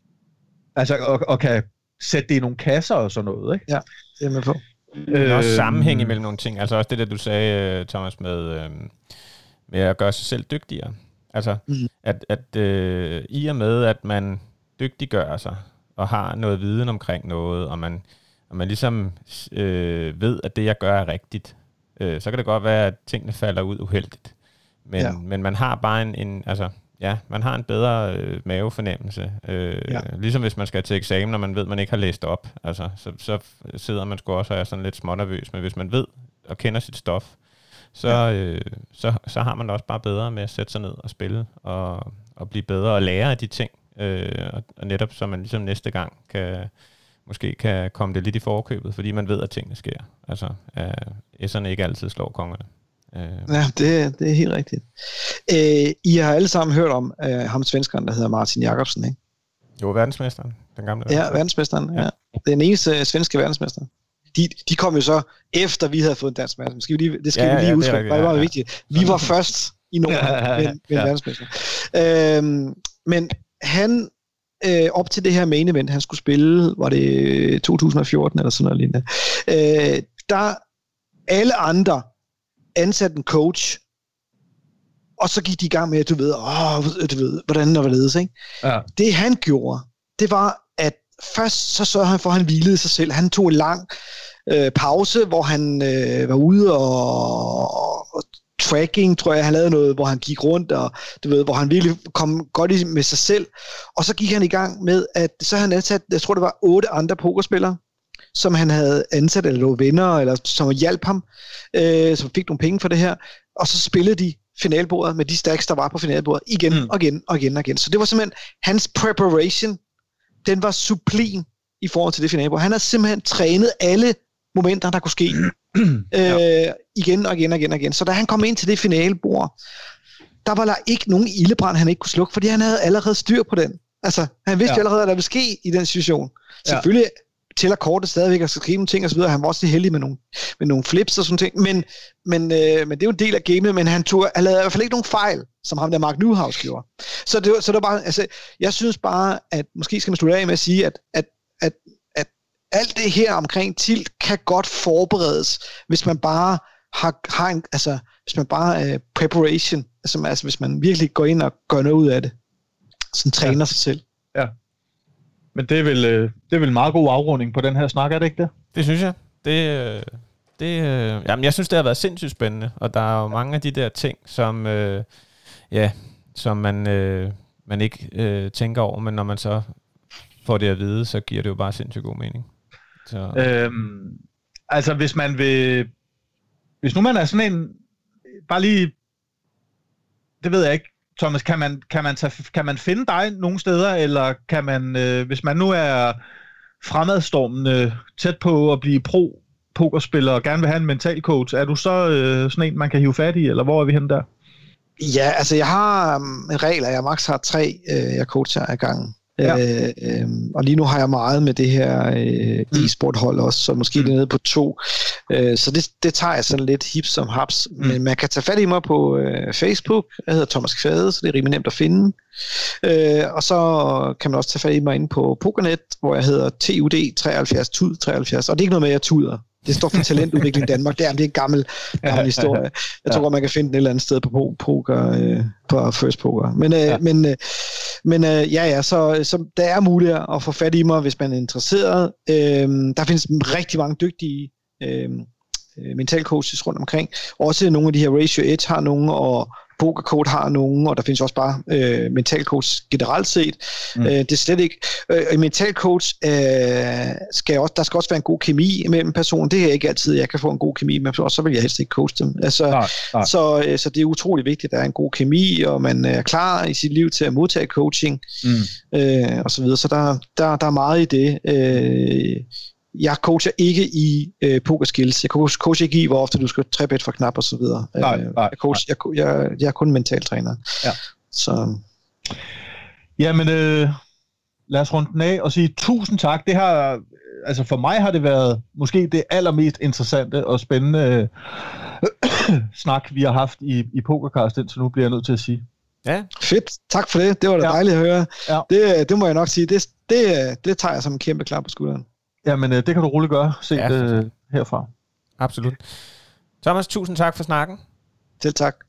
altså, og, og kan sætte det i nogle kasser og sådan noget, ikke? Ja, det er med på. Der er også sammenhæng imellem nogle ting, altså også det der, du sagde, Thomas, med, øh, med at gøre sig selv dygtigere. Altså, mm. at, at øh, i og med, at man dygtiggør sig, og har noget viden omkring noget, og man og man ligesom øh, ved, at det, jeg gør, er rigtigt, øh, så kan det godt være, at tingene falder ud uheldigt. Men, ja. men man har bare en, en, altså, ja, man har en bedre øh, mavefornemmelse. Øh, ja. Ligesom hvis man skal til eksamen, og man ved, at man ikke har læst op. Altså, så, så sidder man sgu også og er sådan lidt smånervøs. Men hvis man ved og kender sit stof, så, ja. øh, så, så har man også bare bedre med at sætte sig ned og spille, og, og blive bedre og lære af de ting. Øh, og, og netop så man ligesom næste gang kan... måske kan komme det lidt i forkøbet, fordi man ved, at tingene sker. Altså, øh, S'erne ikke altid slår kongerne. Øh. Ja, det, det er helt rigtigt. Øh, I har alle sammen hørt om øh, ham svenskeren, der hedder Martin Jacobsen, ikke? Jo, verdensmesteren. Den gamle verdensmester. Ja, verdensmesteren. Ja. Ja. Den eneste svenske verdensmester. De, de kom jo så efter, vi havde fået en dansk verdensmester. Skal vi lige, det skal ja, vi lige ja, huske. Det, det var meget ja, vigtigt. Vi var først i Norden ja, ja, ja, med, med ja. verdensmester. Øh, men han... Øh, op til det her main event, han skulle spille, var det to tusind og fjorten eller sådan noget lignende, øh, der alle andre ansatte en coach, og så gik de i gang med, at du ved, åh, du ved, hvordan der var ledes, ikke? Ja. Det han gjorde, det var, at først så sørgede han for, at han hvilede sig selv. Han tog en lang øh, pause, hvor han øh, var ude og, og tracking, tror jeg, han lavede noget, hvor han gik rundt, og du ved, hvor han virkelig kom godt i med sig selv. Og så gik han i gang med, at så havde han ansat, jeg tror, det var otte andre pokerspillere, som han havde ansat, eller var venner, eller som hjalp ham, øh, som fik nogle penge for det her. Og så spillede de finalbordet med de stacks, der var på finalbordet, igen mm. og igen og igen og igen. Så det var simpelthen, hans preparation, den var sublim i forhold til det finalbord. Han havde simpelthen trænet alle momenter, der kunne ske. øh, igen og igen og igen og igen. Så da han kom ind til det finalebord, der var der ikke nogen ildebrand, han ikke kunne slukke, fordi han havde allerede styr på den. Altså, han vidste ja. allerede, hvad der ville ske i den situation. Ja. Selvfølgelig tæller kortet stadigvæk og skal skrive nogle ting og så videre. Han var også heldig med nogle, med nogle flips og sådan ting. Men, men, øh, men det er jo en del af gamet, men han, tog, han lavede i hvert fald ikke nogen fejl, som ham der Mark Newhouse gjorde. Så det, så det var bare, altså, jeg synes bare, at måske skal man slutte af med at sige, at, at, at, at alt det her omkring tilt kan godt forberedes, hvis man bare har, har en, altså, hvis man bare uh, preparation, Som, altså, hvis man virkelig går ind og gør noget ud af det. Sådan træner ja. sig selv. Ja. Men det er, vel, det er vel en meget god afrunding på den her snak, er det ikke det? Det synes jeg. Det, det, jamen, jeg synes, det har været sindssygt spændende, og der er jo mange af de der ting, som, øh, ja, som man, øh, man ikke øh, tænker over, men når man så får det at vide, så giver det jo bare sindssygt god mening. Så. Øhm, altså, hvis man vil... Hvis nu man er sådan en... Bare lige... Det ved jeg ikke. Thomas, kan man, kan man, tage, kan man finde dig nogle steder, eller kan man, øh, hvis man nu er fremadstormende, tæt på at blive pro-pokerspiller og gerne vil have en mental coach, er du så øh, sådan en, man kan hive fat i, eller hvor er vi henne der? Ja, altså jeg har um, regler, jeg maks har tre, øh, jeg coacher ad gangen. Ja. Øh, øh, og lige nu har jeg meget med det her øh, mm. e-sport-hold også, så måske mm. det er nede på to. Øh, så det, det tager jeg sådan lidt hip som haps. Mm. Men man kan tage fat i mig på øh, Facebook. Jeg hedder Thomas Kvade, så det er rimelig nemt at finde. Øh, og så kan man også tage fat i mig inde på Pokernet, hvor jeg hedder T U D treoghalvfjerds Tud treoghalvfjerds. Og det er ikke noget med, at jeg tuder. Det står for Talentudvikling Danmark. Det er, det er en gammel, gammel historie. Jeg tror, man kan finde den et eller andet sted på poker, øh, på First Poker. Men, øh, ja. men, øh, men øh, ja, ja, så, så der er muligt at få fat i mig, hvis man er interesseret. Øh, der findes rigtig mange dygtige øh, mental coaches rundt omkring. Også nogle af de her Ratio Edge har nogle, og PokerCode har nogen, og der findes også bare øh, mental coach generelt set. Mm. Øh, det er slet ikke... Øh, mental coach, øh, skal også, der skal også være en god kemi mellem personen. Det er ikke altid, jeg kan få en god kemi med, og så vil jeg helst ikke coache dem. Altså, nej, nej. Så, øh, så det er utrolig vigtigt, at der er en god kemi, og man er klar i sit liv til at modtage coaching, mm. øh, og så videre. Så der, der, der er meget i det. Øh, Jeg coacher ikke i øh, pokerskills. Jeg coacher ikke i, hvor ofte du skal tre-bet for knap og så videre. Nej, nej, jeg, coach, jeg, jeg, jeg er kun mentaltræner. Ja. Så. Jamen, øh, lad os runde den af og sige tusind tak. Det har, altså for mig har det været måske det allermest interessante og spændende øh, snak, vi har haft i, i Pokercast, så nu bliver jeg nødt til at sige. Ja. Fedt. Tak for det. Det var da ja. dejligt at høre. Ja. Det, det må jeg nok sige. Det, det, det tager jeg som en kæmpe klap på skulderen. Jamen, det kan du roligt gøre, set ja, øh, herfra. Absolut. Thomas, tusind tak for snakken. Selv tak.